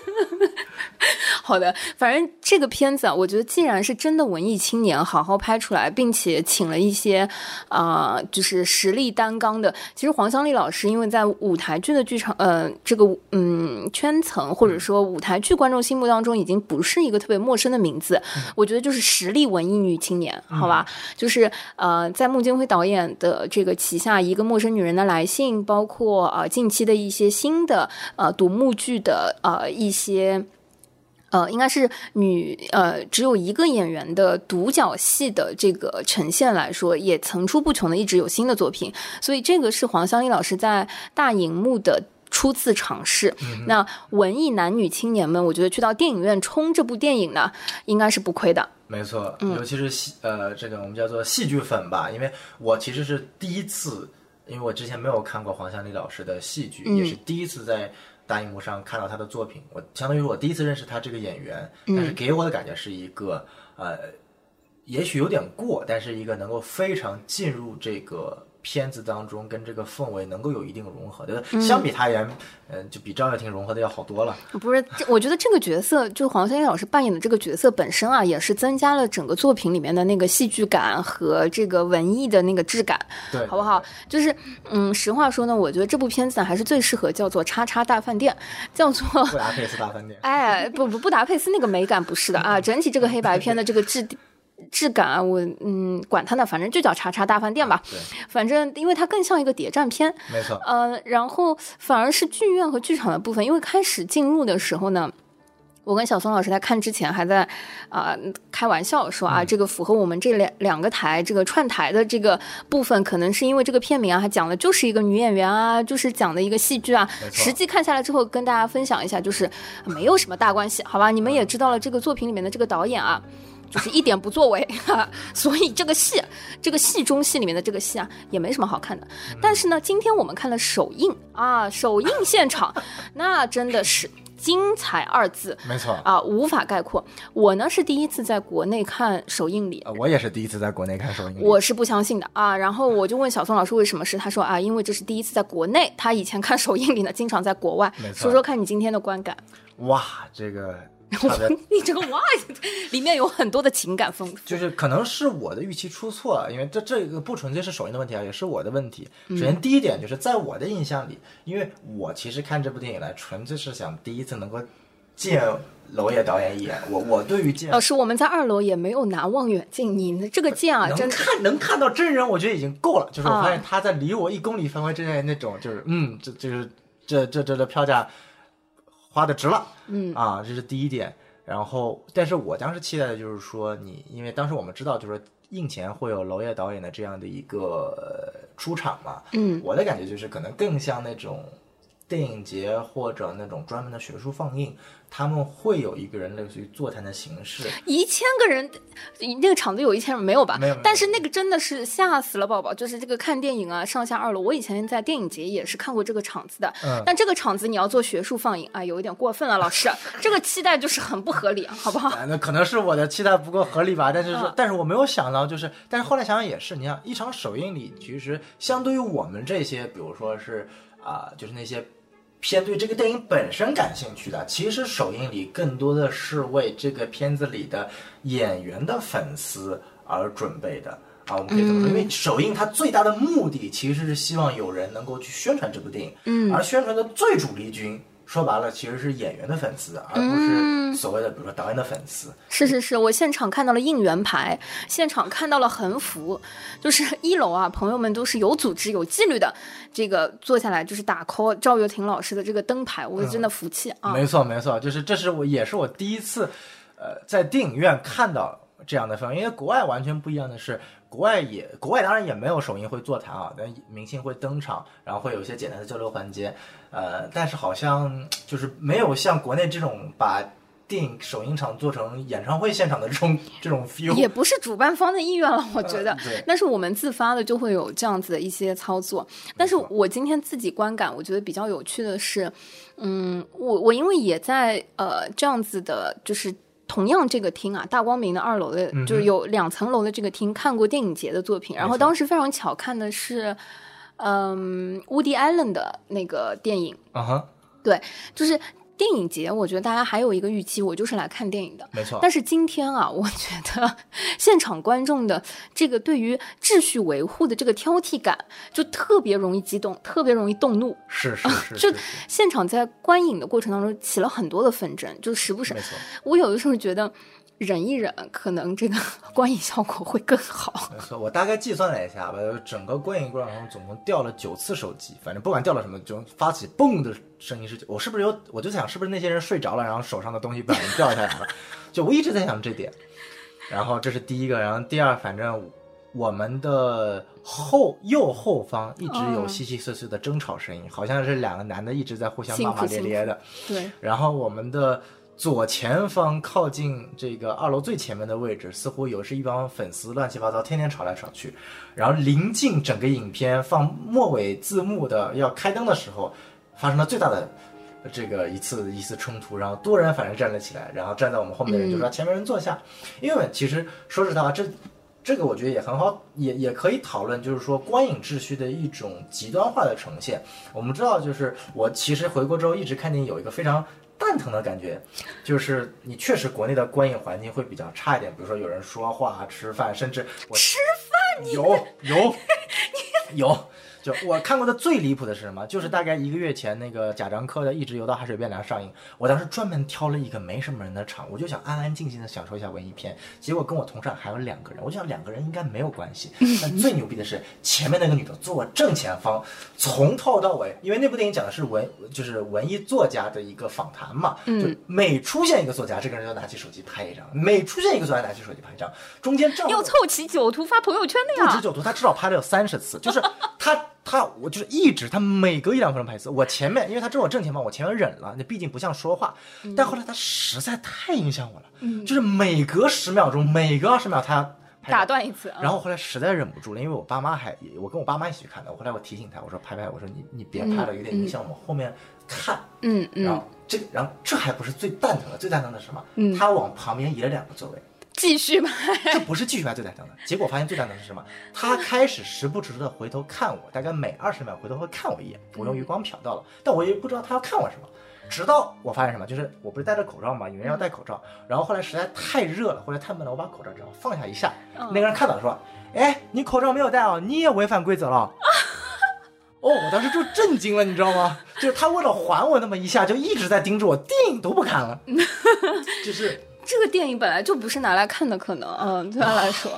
好的，反正这个片子啊，我觉得既然是真的文艺青年好好拍出来，并且请了一些就是实力担纲的。其实黄湘丽老师因为在舞台剧的剧场这个圈层或者说舞台剧观众心目当中已经不是一个特别陌生的名字。我觉得就是实力文艺女青年，好吧？就是在孟京辉导演的这个旗下，一个陌生女人的来信，包括近期的一些新的独幕剧的一些应该是只有一个演员的独角戏的这个呈现来说，也层出不穷的一直有新的作品，所以这个是黄湘丽老师在大荧幕的初次尝试。那文艺男女青年们，我觉得去到电影院冲这部电影呢，应该是不亏的。 没错，尤其是这个我们叫做戏剧粉吧，因为我其实是第一次，因为我之前没有看过黄湘丽老师的戏剧，也是第一次在大荧幕上看到他的作品，我相当于我第一次认识他这个演员，但是给我的感觉是一个也许有点过，但是一个能够非常进入这个片子当中，跟这个氛围能够有一定融合的。相比他而言，就比赵又廷融合的要好多了。 不是，我觉得这个角色，就是黄湘丽老师扮演的这个角色本身啊，也是增加了整个作品里面的那个戏剧感和这个文艺的那个质感， 对， 好不好？就是实话说呢，我觉得这部片子还是最适合叫做叉叉大饭店，叫做布达佩斯大饭店。 哎，布达佩斯那个美感不是的啊，整体这个黑白片的这个质感啊，我管它呢，反正就叫叉叉大饭店吧。 对， 反正因为它更像一个谍战片， 没错。 然后反而是剧院和剧场的部分，因为开始进入的时候呢，我跟小松老师在看之前还在开玩笑说这个符合我们这两个台这个串台的这个部分，可能是因为这个片名还讲的就是一个女演员啊，就是讲的一个戏剧啊。实际看下来之后，跟大家分享一下，就是没有什么大关系，好吧？你们也知道了，这个作品里面的这个导演啊，就是一点不作为所以这个戏中戏里面的这个戏啊，也没什么好看的。但是呢，今天我们看了首映首映现场，那真的是精彩2字， 没错无法概括。我呢是第一次在国内看首映礼， 我也是第一次在国内看首映礼， 我是不相信的然后我就问小宋老师为什么是，他说因为这是第一次在国内，他以前看首映礼呢经常在国外。说说看你今天的观感。 哇，这个你这个哇里面有很多的情感丰富， 就是可能是我的预期出错了，因为这个不纯粹是首映的问题也是我的问题。首先第一点就是在我的印象里，因为我其实看这部电影来纯粹是想第一次能够见娄烨导演一眼。我对于见老师，我们在2楼也没有拿望远镜，你这个见真能看到真人，我觉得已经够了。就是我发现他在离我1公里范围之内那种，就是这票价花的值了，这是第一点。然后，但是我当时期待的就是说因为当时我们知道，就是说映前会有娄烨导演的这样的一个出场嘛， 我的感觉就是可能更像那种电影节或者那种专门的学术放映，他们会有一个人类似于座谈的形式。 1000个人，那个场子有1000人没有吧？ 没有。 但是那个真的是吓死了宝宝，就是这个看电影啊，上下2楼。我以前在电影节也是看过这个场子的，但这个场子你要做学术放映啊，有一点过分了，老师，这个期待就是很不合理，好不好？ 那可能是我的期待不够合理吧，但是我没有想到，但是后来想想也是，你看一场首映礼，其实相对于我们这些，比如说是就是那些偏对这个电影本身感兴趣的，其实首映礼更多的是为这个片子里的演员的粉丝而准备的我们可以这么说，因为首映它最大的目的其实是希望有人能够去宣传这部电影，而宣传的最主力军说白了其实是演员的粉丝，而不是所谓的比如说导演的粉丝。 是，我现场看到了应援牌，现场看到了横幅，就是1楼啊，朋友们都是有组织有纪律的，这个坐下来就是打 call 赵又廷老师的这个灯牌，我真的服气啊！ 没错，就是这是也是我第一次在电影院看到这样的氛围，因为国外完全不一样的是，国外当然也没有首映会座谈但明星会登场，然后会有一些简单的交流环节，但是好像就是没有像国内这种把电影首映场做成演唱会现场的这种 feel， 也不是主办方的意愿了，我觉得，但是我们自发的就会有这样子的一些操作。但是我今天自己观感，我觉得比较有趣的是，我因为也在这样子的，就是同样这个厅啊，大光明的2楼的，就是有2层楼的这个厅看过电影节的作品，然后当时非常巧看的是Woody Allen 的那个电影，对，就是电影节，我觉得大家还有一个预期，我就是来看电影的， 没错。 但是今天啊，我觉得现场观众的这个对于秩序维护的这个挑剔感，就特别容易激动，特别容易动怒。 是， 就现场在观影的过程当中起了很多的纷争，就时不时，我有的时候觉得忍一忍，可能这个观影效果会更好。 没错，我大概计算了一下吧，整个观影过程中总共掉了9次手机，反正不管掉了什么，就发起嘣的声音是，我是不是我就想是不是那些人睡着了，然后手上的东西不小心掉下来了，就我一直在想这点。然后这是第一个，然后第二，反正我们的右后方一直有稀稀碎碎的争吵声音，好像是2个男的一直在互相骂骂咧咧的。 对， 然后我们的左前方靠近这个2楼最前面的位置，似乎是一帮粉丝乱七八糟，天天吵来吵去。然后临近整个影片放末尾字幕的要开灯的时候，发生了最大的这个一次冲突，然后多人反正站了起来，然后站在我们后面的人就说前面人坐下。因为其实说实话，这个我觉得也很好，也可以讨论，就是说观影秩序的一种极端化的呈现。我们知道，就是我其实回国之后一直看电影有一个非常蛋疼的感觉，就是你确实国内的观影环境会比较差一点，比如说有人说话、吃饭，甚至吃饭有。就我看过的最离谱的是什么？就是大概1个月前那个贾樟柯的《一直游到海水变凉》上映，我当时专门挑了一个没什么人的场，我就想安安静静的享受一下文艺片。结果跟我同场还有2个人，我就想2个人应该没有关系。但最牛逼的是前面那个女的坐我正前方，从头到尾，因为那部电影讲的是就是文艺作家的一个访谈嘛，就每出现一个作家，这个人就拿起手机拍一张；每出现一个作家，拿起手机拍一张，中间正好要凑齐9图发朋友圈的呀， 不止9图，他至少拍了有30次，就是我就是一直他每隔1-2分钟拍一次。我前面因为他正我正前方，我前面忍了，那毕竟不像说话。但后来他实在太影响我了，就是每隔10秒钟、每隔20秒他打断一次。 然后后来实在忍不住了，因为我跟我爸妈一起去看的。后来我提醒他，我说拍，我说你别拍了，有点影响我们后面看。然后这还不是最蛋疼的，最蛋疼的是什么？他往旁边移了2个座位。 继续拍， 这不是继续拍最蛋疼的，结果发现最蛋疼的是什么？他开始时不时的回头看我，大概每20秒回头会看我一眼，我用余光瞟到了，但我也不知道他要看我什么。直到我发现什么，就是我不是戴着口罩嘛，有人要戴口罩，然后后来实在太热了，后来太闷了，我把口罩这样放下一下，那个人看到了说：“哎，你口罩没有戴哦，你也违反规则了。”我当时就震惊了，你知道吗？就是他为了还我那么一下，就一直在盯着我，电影都不看了，就是。 这个电影本来就不是拿来看的，可能对他来说，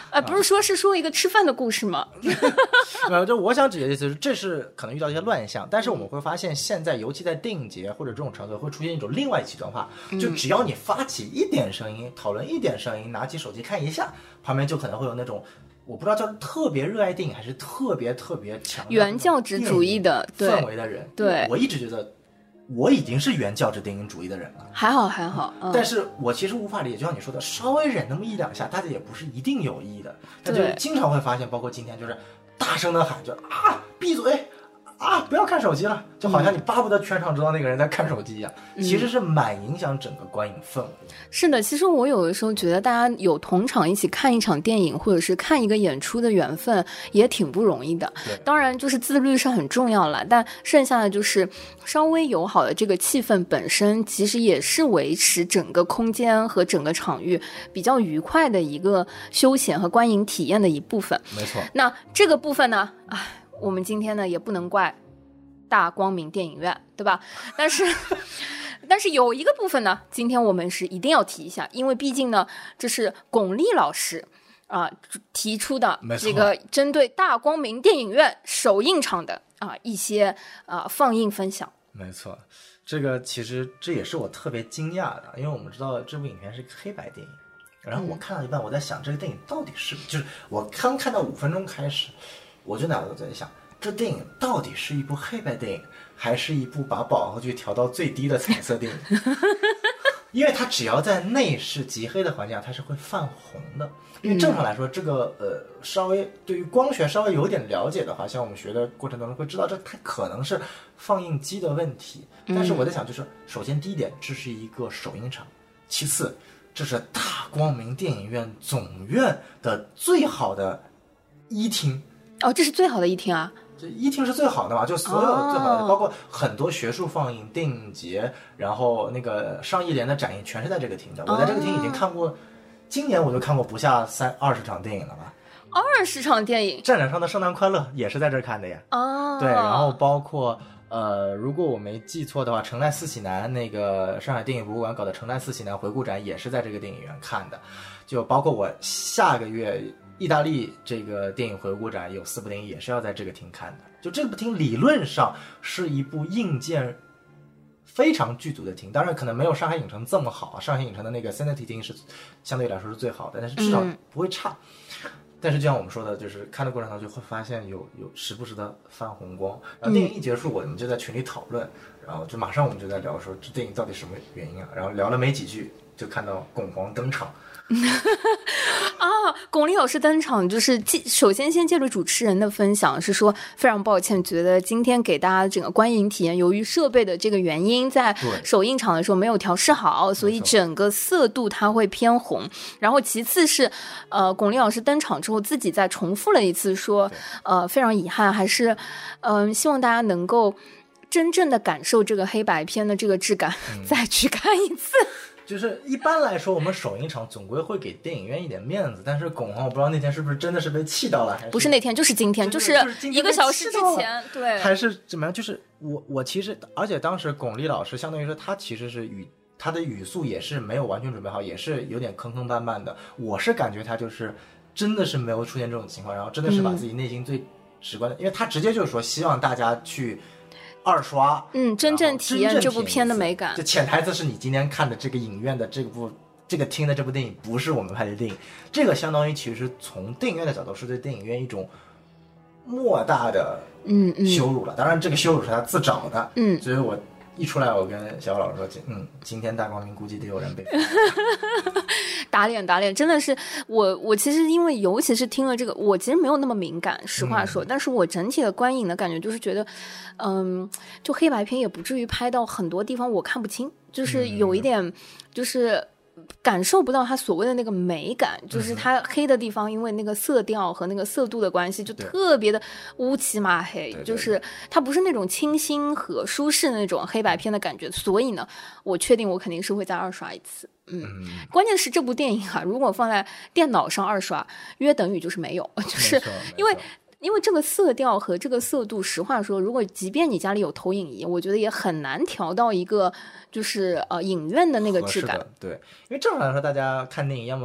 不是说是说一个吃饭的故事吗？ 就我想指的意思是，这是可能遇到一些乱象，但是我们会发现现在尤其在电影节或者这种场所会出现一种另外极端化，就只要你发起一点声音，讨论一点声音，拿起手机看一下，旁边就可能会有那种我不知道叫特别热爱电影还是特别强原教旨主义的氛围的人。 对， 我一直觉得我已经是原教旨电影主义的人了， 还好， 但是我其实无法理解，就像你说的，稍微忍那么一两下，大家也不是一定有意的，但就是经常会发现，包括今天就是大声的喊，就闭嘴不要看手机了，就好像你巴不得全场知道那个人在看手机一样，其实是蛮影响整个观影氛围。 是的，其实我有的时候觉得大家有同场一起看一场电影或者是看一个演出的缘分也挺不容易的。当然就是自律是很重要了，但剩下的就是稍微友好的这个气氛本身其实也是维持整个空间和整个场域比较愉快的一个休闲和观影体验的一部分。 没错。 那这个部分呢，我们今天呢也不能怪大光明电影院，对吧？但是有一个部分呢，今天我们是一定要提一下，因为毕竟呢，这是巩俐老师提出的这个针对大光明电影院首映场的一些放映分享。 没错，这个其实这也是我特别惊讶的，因为我们知道这部影片是黑白电影，然后我看到一半，我在想这个电影到底是，就是我刚看到5分钟开始，我就在想，这电影到底是一部黑白电影，还是一部把饱和度调到最低的彩色电影？因为它只要在内饰极黑的环境下，它是会泛红的。因为正常来说，这个稍微对于光学稍微有点了解的话，像我们学的过程当中会知道，这它可能是放映机的问题。但是我在想，就是首先第一点，这是一个首映场；其次，这是大光明电影院总院的最好的一厅。 这是最好的一厅啊！ 这一厅是最好的嘛，就所有最好的，包括很多学术放映、电影节，然后那个上亿联的展映，全是在这个厅的。我在这个厅已经看过，今年我就看过不下20场电影了吧 ？20场电影， 战场上的圣诞快乐也是在这儿看的呀。对，然后包括如果我没记错的话，城奈四喜男那个上海电影博物馆搞的城奈四喜男回顾展也是在这个电影院看的，就包括我下个月意大利这个电影回顾展有4部电影也是要在这个厅看的。就这部厅理论上是一部硬件非常剧组的厅，当然可能没有上海影城这么好，上海影城的那个 Sanity 厅是相对来说是最好的，但是至少不会差。但是就像我们说的，就是看的过程当中就会发现有时不时的泛红光，然后电影一结束，我们就在群里讨论，然后就马上我们就在聊说这电影到底什么原因啊，然后聊了没几句就看到巩皇登场。 巩俐老师登场，就是首先先借助主持人的分享是说非常抱歉，觉得今天给大家整个观影体验由于设备的这个原因，在首映场的时候没有调试好，所以整个色度它会偏红。然后其次是巩俐老师登场之后自己再重复了一次说非常遗憾，还是希望大家能够真正的感受这个黑白片的这个质感，再去看一次。 就是一般来说，我们首映场总归会给电影院一点面子，但是巩皇我不知道那天是不是真的是被气到了，还是不是那天，就是今天，就是1个小时之前，对， 还是怎么样？就是我其实，而且当时巩俐老师相当于说，他其实是他的语速也是没有完全准备好，也是有点坑坑绊绊的。我是感觉他就是真的是没有出现这种情况，然后真的是把自己内心最直观的，因为他直接就是说希望大家去2刷， 真正体验这部片的美感。 就潜台词是你今天看的这个影院的这个厅的这部电影不是我们拍的电影，这个相当于其实从电影院的角度是对电影院一种莫大的羞辱了。当然这个羞辱是他自找的，所以我一出来我跟小老师说，今天大光明估计得有人被打脸，真的是我其实因为尤其是听了这个，我其实没有那么敏感，实话说，但是我整体的观影的感觉就是觉得就黑白片也不至于拍到很多地方我看不清，就是有一点就是感受不到它所谓的那个美感，就是它黑的地方因为那个色调和那个色度的关系就特别的乌漆嘛黑，就是它不是那种清新和舒适的那种黑白片的感觉，所以呢我确定我肯定是会再2刷一次。关键是这部电影如果放在电脑上2刷约等于就是没有，就是因为这个色调和这个色度，实话说，如果即便你家里有投影仪，我觉得也很难调到一个就是影院的那个质感。 对，因为正常来说，大家看电影要么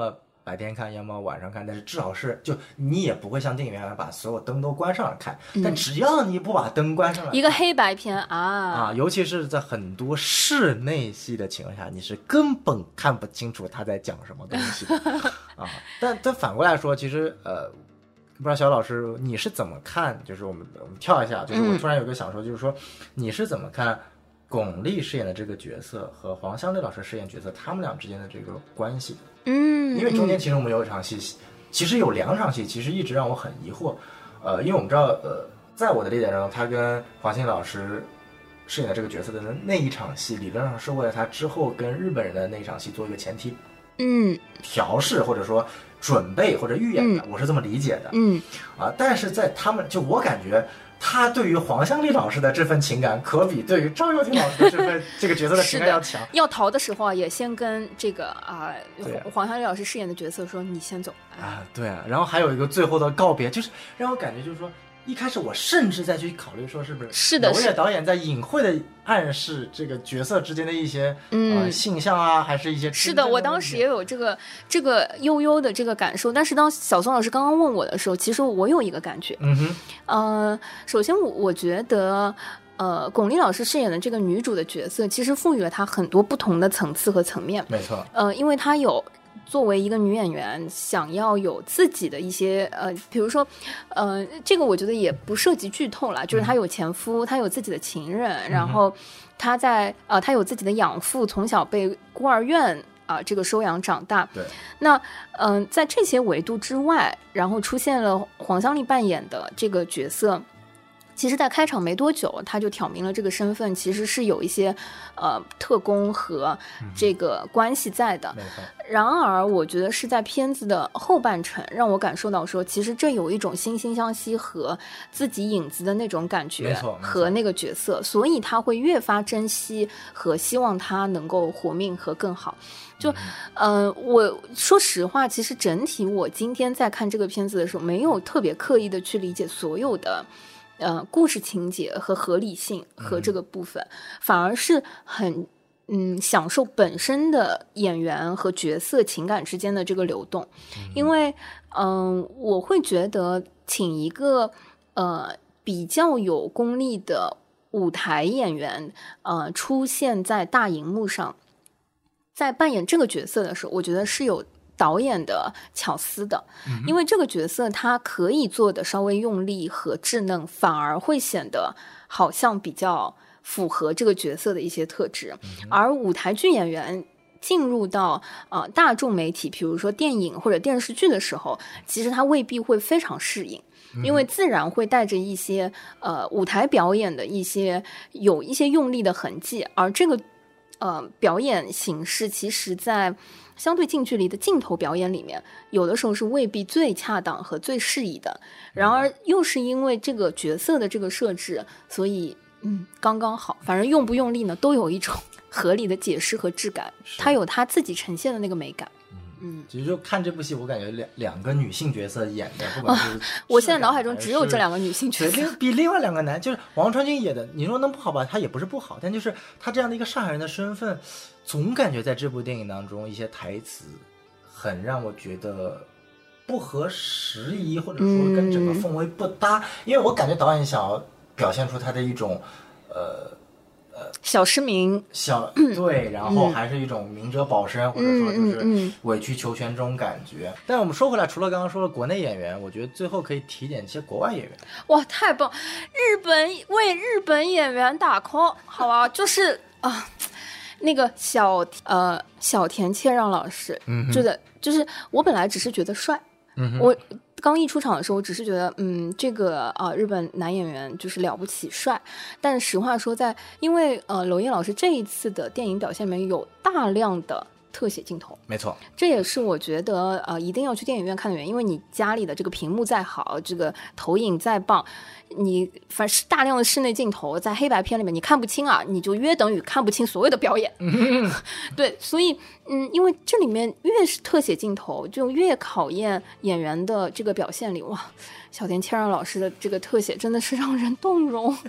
白天看，要么晚上看，但是至少是就你也不会像电影院把所有灯都关上了看，但只要你不把灯关上了， 一个黑白片啊， 尤其是在很多室内戏的情况下，你是根本看不清楚他在讲什么东西啊。但反过来说，其实不知道小老师你是怎么看？就是我们跳一下，就是我突然有个想说，就是说你是怎么看巩俐饰演的这个角色和黄湘丽老师饰演角色他们俩之间的这个关系？因为中间其实我们有一场戏，其实有2场戏，其实一直让我很疑惑。因为我们知道，在我的理解中，他跟黄湘丽老师饰演的这个角色的那一场戏，理论上是为了他之后跟日本人的那一场戏做一个前提，调试或者说准备或者预演的，我是这么理解的。但是在他们，就我感觉。他对于黄湘丽老师的这份情感，可比对于赵又廷老师的这个角色的情感要强。 要逃的时候也先跟这个黄湘丽老师饰演的角色说：“你先走。” 对啊。然后还有一个最后的告别，就是让我感觉就是说，一开始我甚至再去考虑说，是不是娄烨导演在隐晦的暗示这个角色之间的一些性向啊，还是一些是的，我当时也有这个悠悠的这个感受。但是当小宋老师刚刚问我的时候，其实我有一个感觉。首先我觉得巩俐老师饰演的这个女主的角色，其实赋予了她很多不同的层次和层面。 没错。 因为她有作为一个女演员想要有自己的一些比如说这个我觉得也不涉及剧透了，就是她有前夫，她有自己的情人，然后她她有自己的养父，从小被孤儿院这个收养长大。 对。 那在这些维度之外，然后出现了黄湘丽扮演的这个角色。其实在开场没多久他就挑明了这个身份其实是有一些特工和这个关系在的。然而我觉得是在片子的后半程让我感受到说，其实这有一种惺惺相惜和自己影子的那种感觉和那个角色，所以他会越发珍惜和希望他能够活命和更好。就我说实话，其实整体我今天在看这个片子的时候没有特别刻意的去理解所有的故事情节和合理性和这个部分，反而是很享受本身的演员和角色情感之间的这个流动。因为我会觉得请一个比较有功力的舞台演员出现在大荧幕上，在扮演这个角色的时候，我觉得是有导演的巧思的。因为这个角色他可以做的稍微用力和稚嫩，反而会显得好像比较符合这个角色的一些特质。而舞台剧演员进入到大众媒体，比如说电影或者电视剧的时候，其实他未必会非常适应，因为自然会带着一些舞台表演的有一些用力的痕迹，而这个表演形式其实在相对近距离的镜头表演里面，有的时候是未必最恰当和最适宜的。然而又是因为这个角色的这个设置，所以刚刚好，反正用不用力呢，都有一种合理的解释和质感，它有它自己呈现的那个美感。 其实就看这部戏，我感觉两个女性角色演的，不管是我现在脑海中只有这2个女性角色， 比另外2个男，就是王传君演的，你说能不好吧？他也不是不好，但就是他这样的一个上海人的身份，总感觉在这部电影当中，一些台词很让我觉得不合时宜，或者说跟整个氛围不搭。因为我感觉导演想要表现出他的一种小市民对，然后还是一种明哲保身，或者说就是委曲求全这种感觉。但我们说回来，除了刚刚说的国内演员，我觉得最后可以提点一些国外演员。 哇，太棒！为日本演员打 call， 好吧，就是那个小田切让老师，就是我本来只是觉得帅，我刚一出场的时候，我只是觉得，这个日本男演员就是了不起帅。但实话说因为娄烨老师这一次的电影表现里面有大量的特写镜头， 没错， 这也是我觉得一定要去电影院看的原因。因为你家里的这个屏幕再好，这个投影再棒，你反正大量的室内镜头在黑白片里面你看不清你就约等于看不清所有的表演。对，所以因为这里面越是特写镜头，就越考验演员的这个表现力。哇，小田切让老师的这个特写真的是让人动容。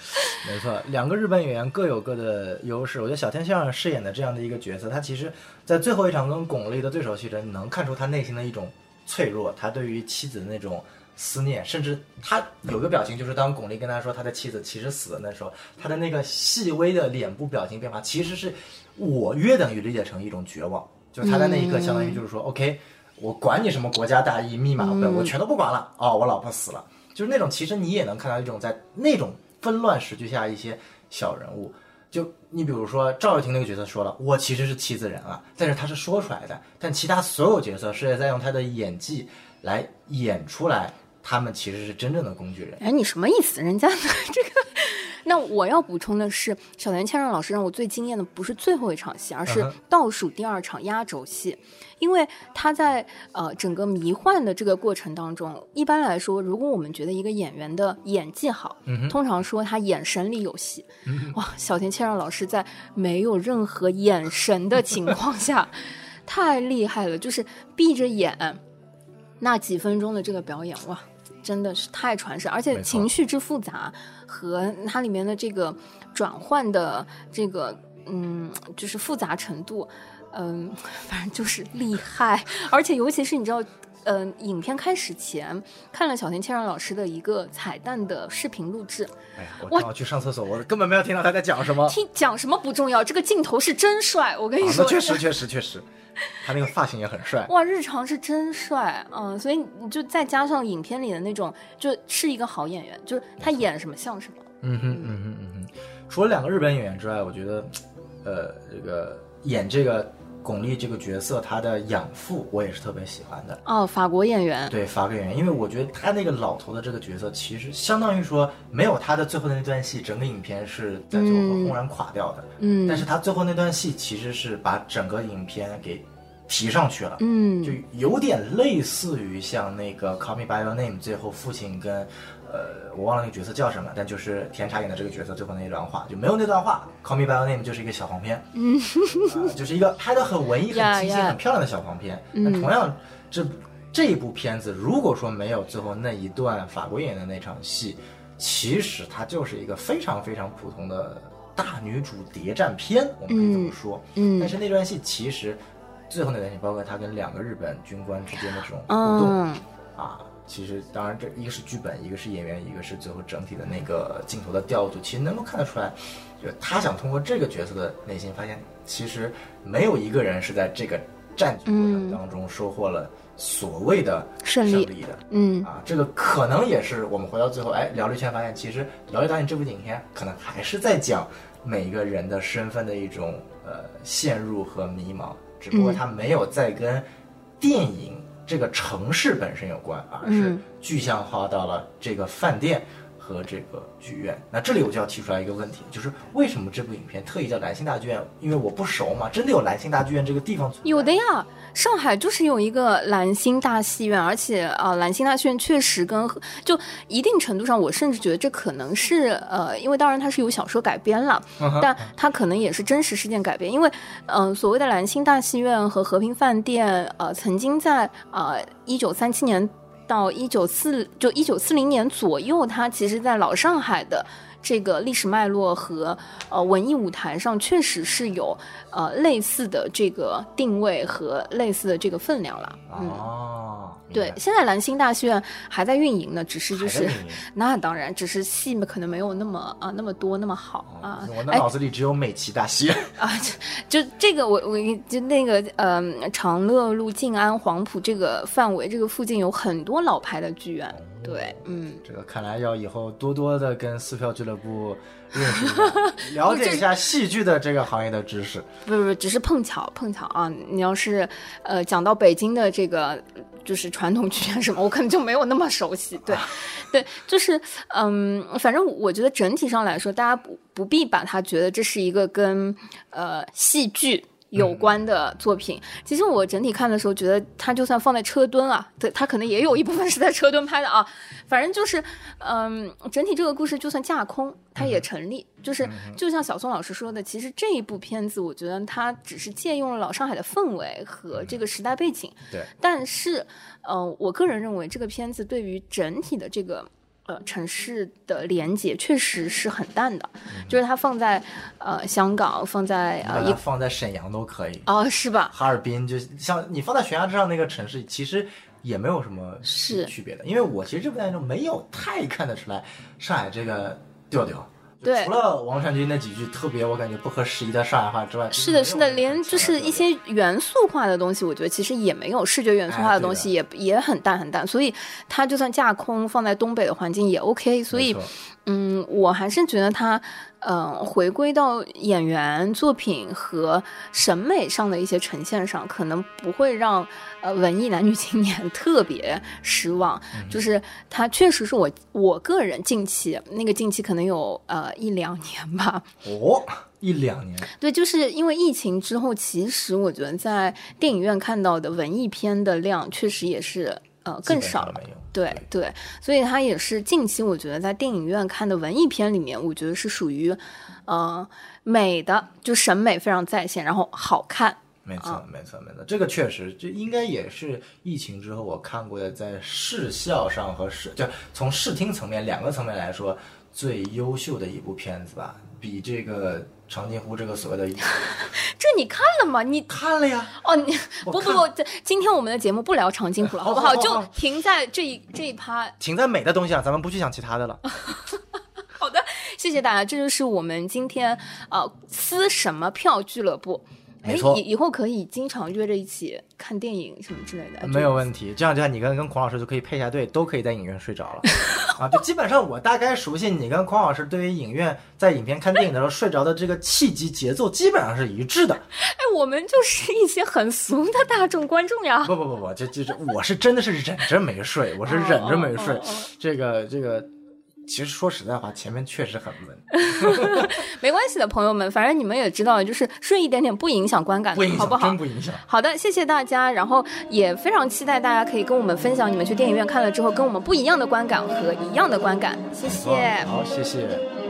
没错，两个日本演员各有各的优势。我觉得小天先生饰演的这样的一个角色，他其实在最后一场跟巩俐的对手戏中，你能看出他内心的一种脆弱，他对于妻子的那种思念，甚至他有个表情，就是当巩俐跟他说他的妻子其实死了那时候，他的那个细微的脸部表情变化，其实是我约等于理解成一种绝望，就是他在那一刻相当于就是说、OK， 我管你什么国家大义密码本，我全都不管了哦，我老婆死了，就是那种其实你也能看到一种在那种纷乱时局下一些小人物。就你比如说赵又廷那个角色说了，我其实是妻子人啊，但是他是说出来的，但其他所有角色是在用他的演技来演出来，他们其实是真正的工具人。 哎，你什么意思？人家的这个，那我要补充的是，小田切让老师让我最惊艳的不是最后一场戏，而是倒数第二场压轴戏。因为他在整个迷幻的这个过程当中，一般来说，如果我们觉得一个演员的演技好，通常说他眼神里有戏。哇，小田切让老师在没有任何眼神的情况下，太厉害了，就是闭着眼那几分钟的这个表演，哇，真的是太传神，而且情绪之复杂和它里面的这个转换的这个就是复杂程度，反正就是厉害。而且尤其是你知道影片开始前看了小田切让老师的一个彩蛋的视频录制， 哎呀，我正好去上厕所，我根本没有听到他在讲什么。 讲什么不重要，这个镜头是真帅，我跟你说。 那确实，他那个发型也很帅。 哇，日常是真帅，所以你就再加上影片里的那种，就是一个好演员，就是他演什么像什么。 除了两个日本演员之外，我觉得，这个演这个巩俐这个角色，她的养父我也是特别喜欢的。 哦，法国演员。 对，法国演员，因为我觉得他那个老头的这个角色，其实相当于说没有他的最后的那段戏，整个影片是在最后轰然垮掉的。但是他最后那段戏其实是把整个影片给提上去了。就有点类似于像那个《Call Me by Your Name》最后父亲跟我忘了那个角色叫什么，但就是田茶演的这个角色最后那一段话就没有那段话，《Call Me by Your Name》就是一个小黄片，就是一个拍的很文艺、很清新、很漂亮的小黄片。但同样，这一部片子如果说没有最后那一段法国演员的那场戏，其实它就是一个非常非常普通的大女主谍战片，我们可以这么说。但是那段戏其实最后那段戏，包括他跟两个日本军官之间的这种互动其实当然这一个是剧本，一个是演员，一个是最后整体的那个镜头的调度，其实能够看得出来，就他想通过这个角色的内心发现，其实没有一个人是在这个战局过程当中收获了所谓的胜利的。这个可能也是我们回到最后，聊了一圈发现，其实《聊一导演》这部影片可能还是在讲每一个人的身份的一种陷入和迷茫，只不过他没有在跟电影这个城市本身有关，而是具象化到了这个饭店和这个剧院。那这里我就要提出来一个问题，就是为什么这部影片特意叫兰心大剧院？因为我不熟嘛，真的有兰心大剧院这个地方存在？ 有的呀，上海就是有一个兰心大戏院，而且兰心大戏院确实就一定程度上，我甚至觉得这可能是因为当然它是由小说改编了，但它可能也是真实事件改编。因为所谓的兰心大戏院和和平饭店曾经在1937年到1940年左右，它其实在老上海的这个历史脉络和文艺舞台上确实是有类似的这个定位和类似的这个分量了。对，现在兰心大戏院还在运营呢，只是就是那当然，只是戏可能没有那么多那么好我的脑子里只有美琪大戏院就这个我就那个长乐路、静安、黄埔这个范围，这个附近有很多老牌的剧院。对， 这个看来要以后多多的跟撕票俱乐部认识一下，了解一下戏剧的这个行业的知识。 不，只是碰巧啊！你要是讲到北京的这个就是传统剧院什么，我可能就没有那么熟悉。对，就是反正我觉得整体上来说，大家不必把它觉得这是一个跟戏剧有关的作品。其实我整体看的时候觉得它就算放在车墩它可能也有一部分是在车墩拍的啊。反正就是整体这个故事就算架空它也成立。就像小宋老师说的，其实这一部片子我觉得它只是借用了老上海的氛围和这个时代背景。 对。 但是我个人认为这个片子对于整体的这个城市的连接确实是很淡的，就是它放在香港，放在放在沈阳都可以哦，是吧？ 哈尔滨就像你放在悬崖之上那个城市，其实也没有什么区别的。因为我其实这部电影中没有太看得出来上海这个调调。 对， 除了王传君那几句特别我感觉不合时宜的上海话之外， 是的，是的，连就是一些元素化的东西，我觉得其实也没有，视觉元素化的东西也很淡很淡，所以它就算架空放在东北的环境也 OK。所以，我还是觉得它，回归到演员作品和审美上的一些呈现上，可能不会让文艺男女青年特别失望。就是它确实是我个人近期可能有1-2年吧。 1-2年。对， 就是因为疫情之后，其实我觉得在电影院看到的文艺片的量确实也是更少了。对，所以它也是近期我觉得在电影院看的文艺片里面，我觉得是属于美的，就审美非常在线，然后好看。 没错，这个确实，这应该也是疫情之后我看过的，在视效上和就从视听层面2个层面来说最优秀的一部片子吧，比这个长津湖这个所谓的这你看了吗？你看了呀？ 哦，你不，今天我们的节目不聊长津湖了，好不好？就停在这一趴， 停在美的东西上，咱们不去想其他的了。 好的，谢谢大家，这就是我们今天撕什么票俱乐部。 没错， 以后可以经常约着一起看电影什么之类的， 没有问题。这样你跟孔老师就可以配下队，都可以在影院睡着了啊！就基本上我大概熟悉你跟孔老师对于影院在影片看电影的时候睡着的这个气机节奏，基本上是一致的。 我们就是一些很俗的大众观众呀。 不，这我是真的是忍着没睡，这个。其实说实在话，前面确实很闷。 没关系的，朋友们，反正你们也知道，就是睡一点点不影响观感，好不好？ 真不影响。 好的，谢谢大家，然后也非常期待大家可以跟我们分享你们去电影院看了之后跟我们不一样的观感和一样的观感。谢谢。 好，谢谢。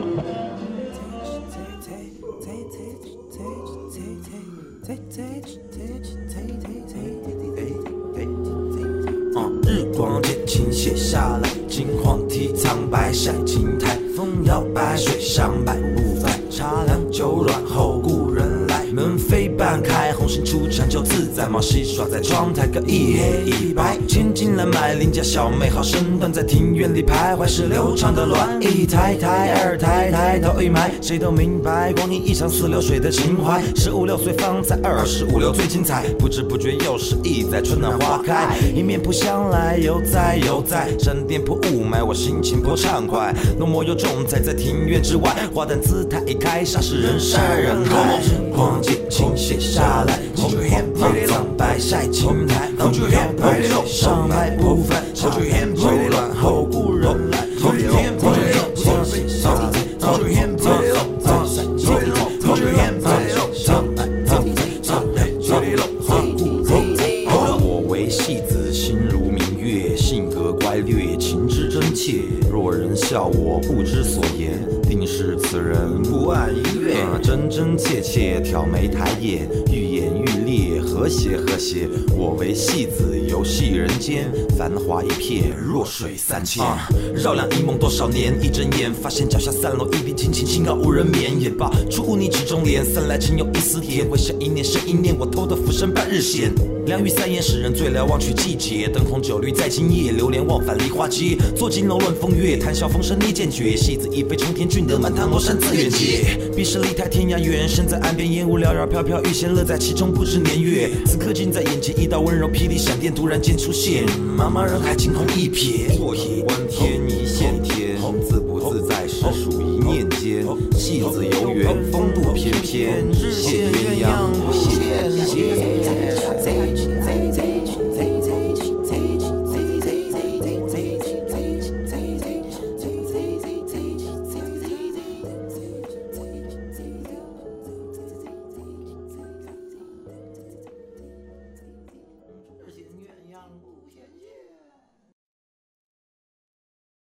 日光渐倾写下来，金黄体苍白晒青苔，风摇摆水上摆不翻，茶凉酒暖后故人来，门扉半开，红杏出墙就自在，猫戏耍在窗台，各一黑一白，千金难买邻家小妹好身段，在庭院里徘徊是流畅的乱，一抬二抬头一埋，谁都明白光阴一场似流水的情怀，15、16岁方才25、6最精彩，不知不觉又是一载春暖花开，迎面扑向来犹在，闪电破雾霾，我心情颇畅快，浓墨又重彩在庭院之外，花旦姿态一开，煞是人山人海，日光渐倾写下来，金黄体苍白晒青苔，风摇摆水上摆不翻，茶凉酒暖后故人来，我为戏子心如明月，性格乖略，情之真切，若人笑我不知所言，定是此人不谙音乐，真真切切挑眉抬眼，愈演愈烈，和谐，我为戏子游戏人间，繁华一片，弱水3000，绕梁一梦多少年，一睁眼发现脚下3楼一片清高无人眠，也罢出污泥之中莲，3来情有一丝甜，回想一念是一念，我偷得浮生半日闲，凉雨3言使人醉了忘去季节，灯红酒绿在今夜，流连忘返梨花街，坐金楼论风月，谈笑风生逆剑绝，戏子一飞冲天，俊得满堂罗衫自远接，彼时离台天涯远，身在岸边烟雾缭绕飘飘，欲仙乐在其中不知年月，此刻近在眼前，一道温柔霹雳闪电突然间出现，茫茫人海惊鸿一瞥，坐以观天一线天，自不自在实属一念间，戏子游园风度翩翩，日见鸳鸯不羡仙。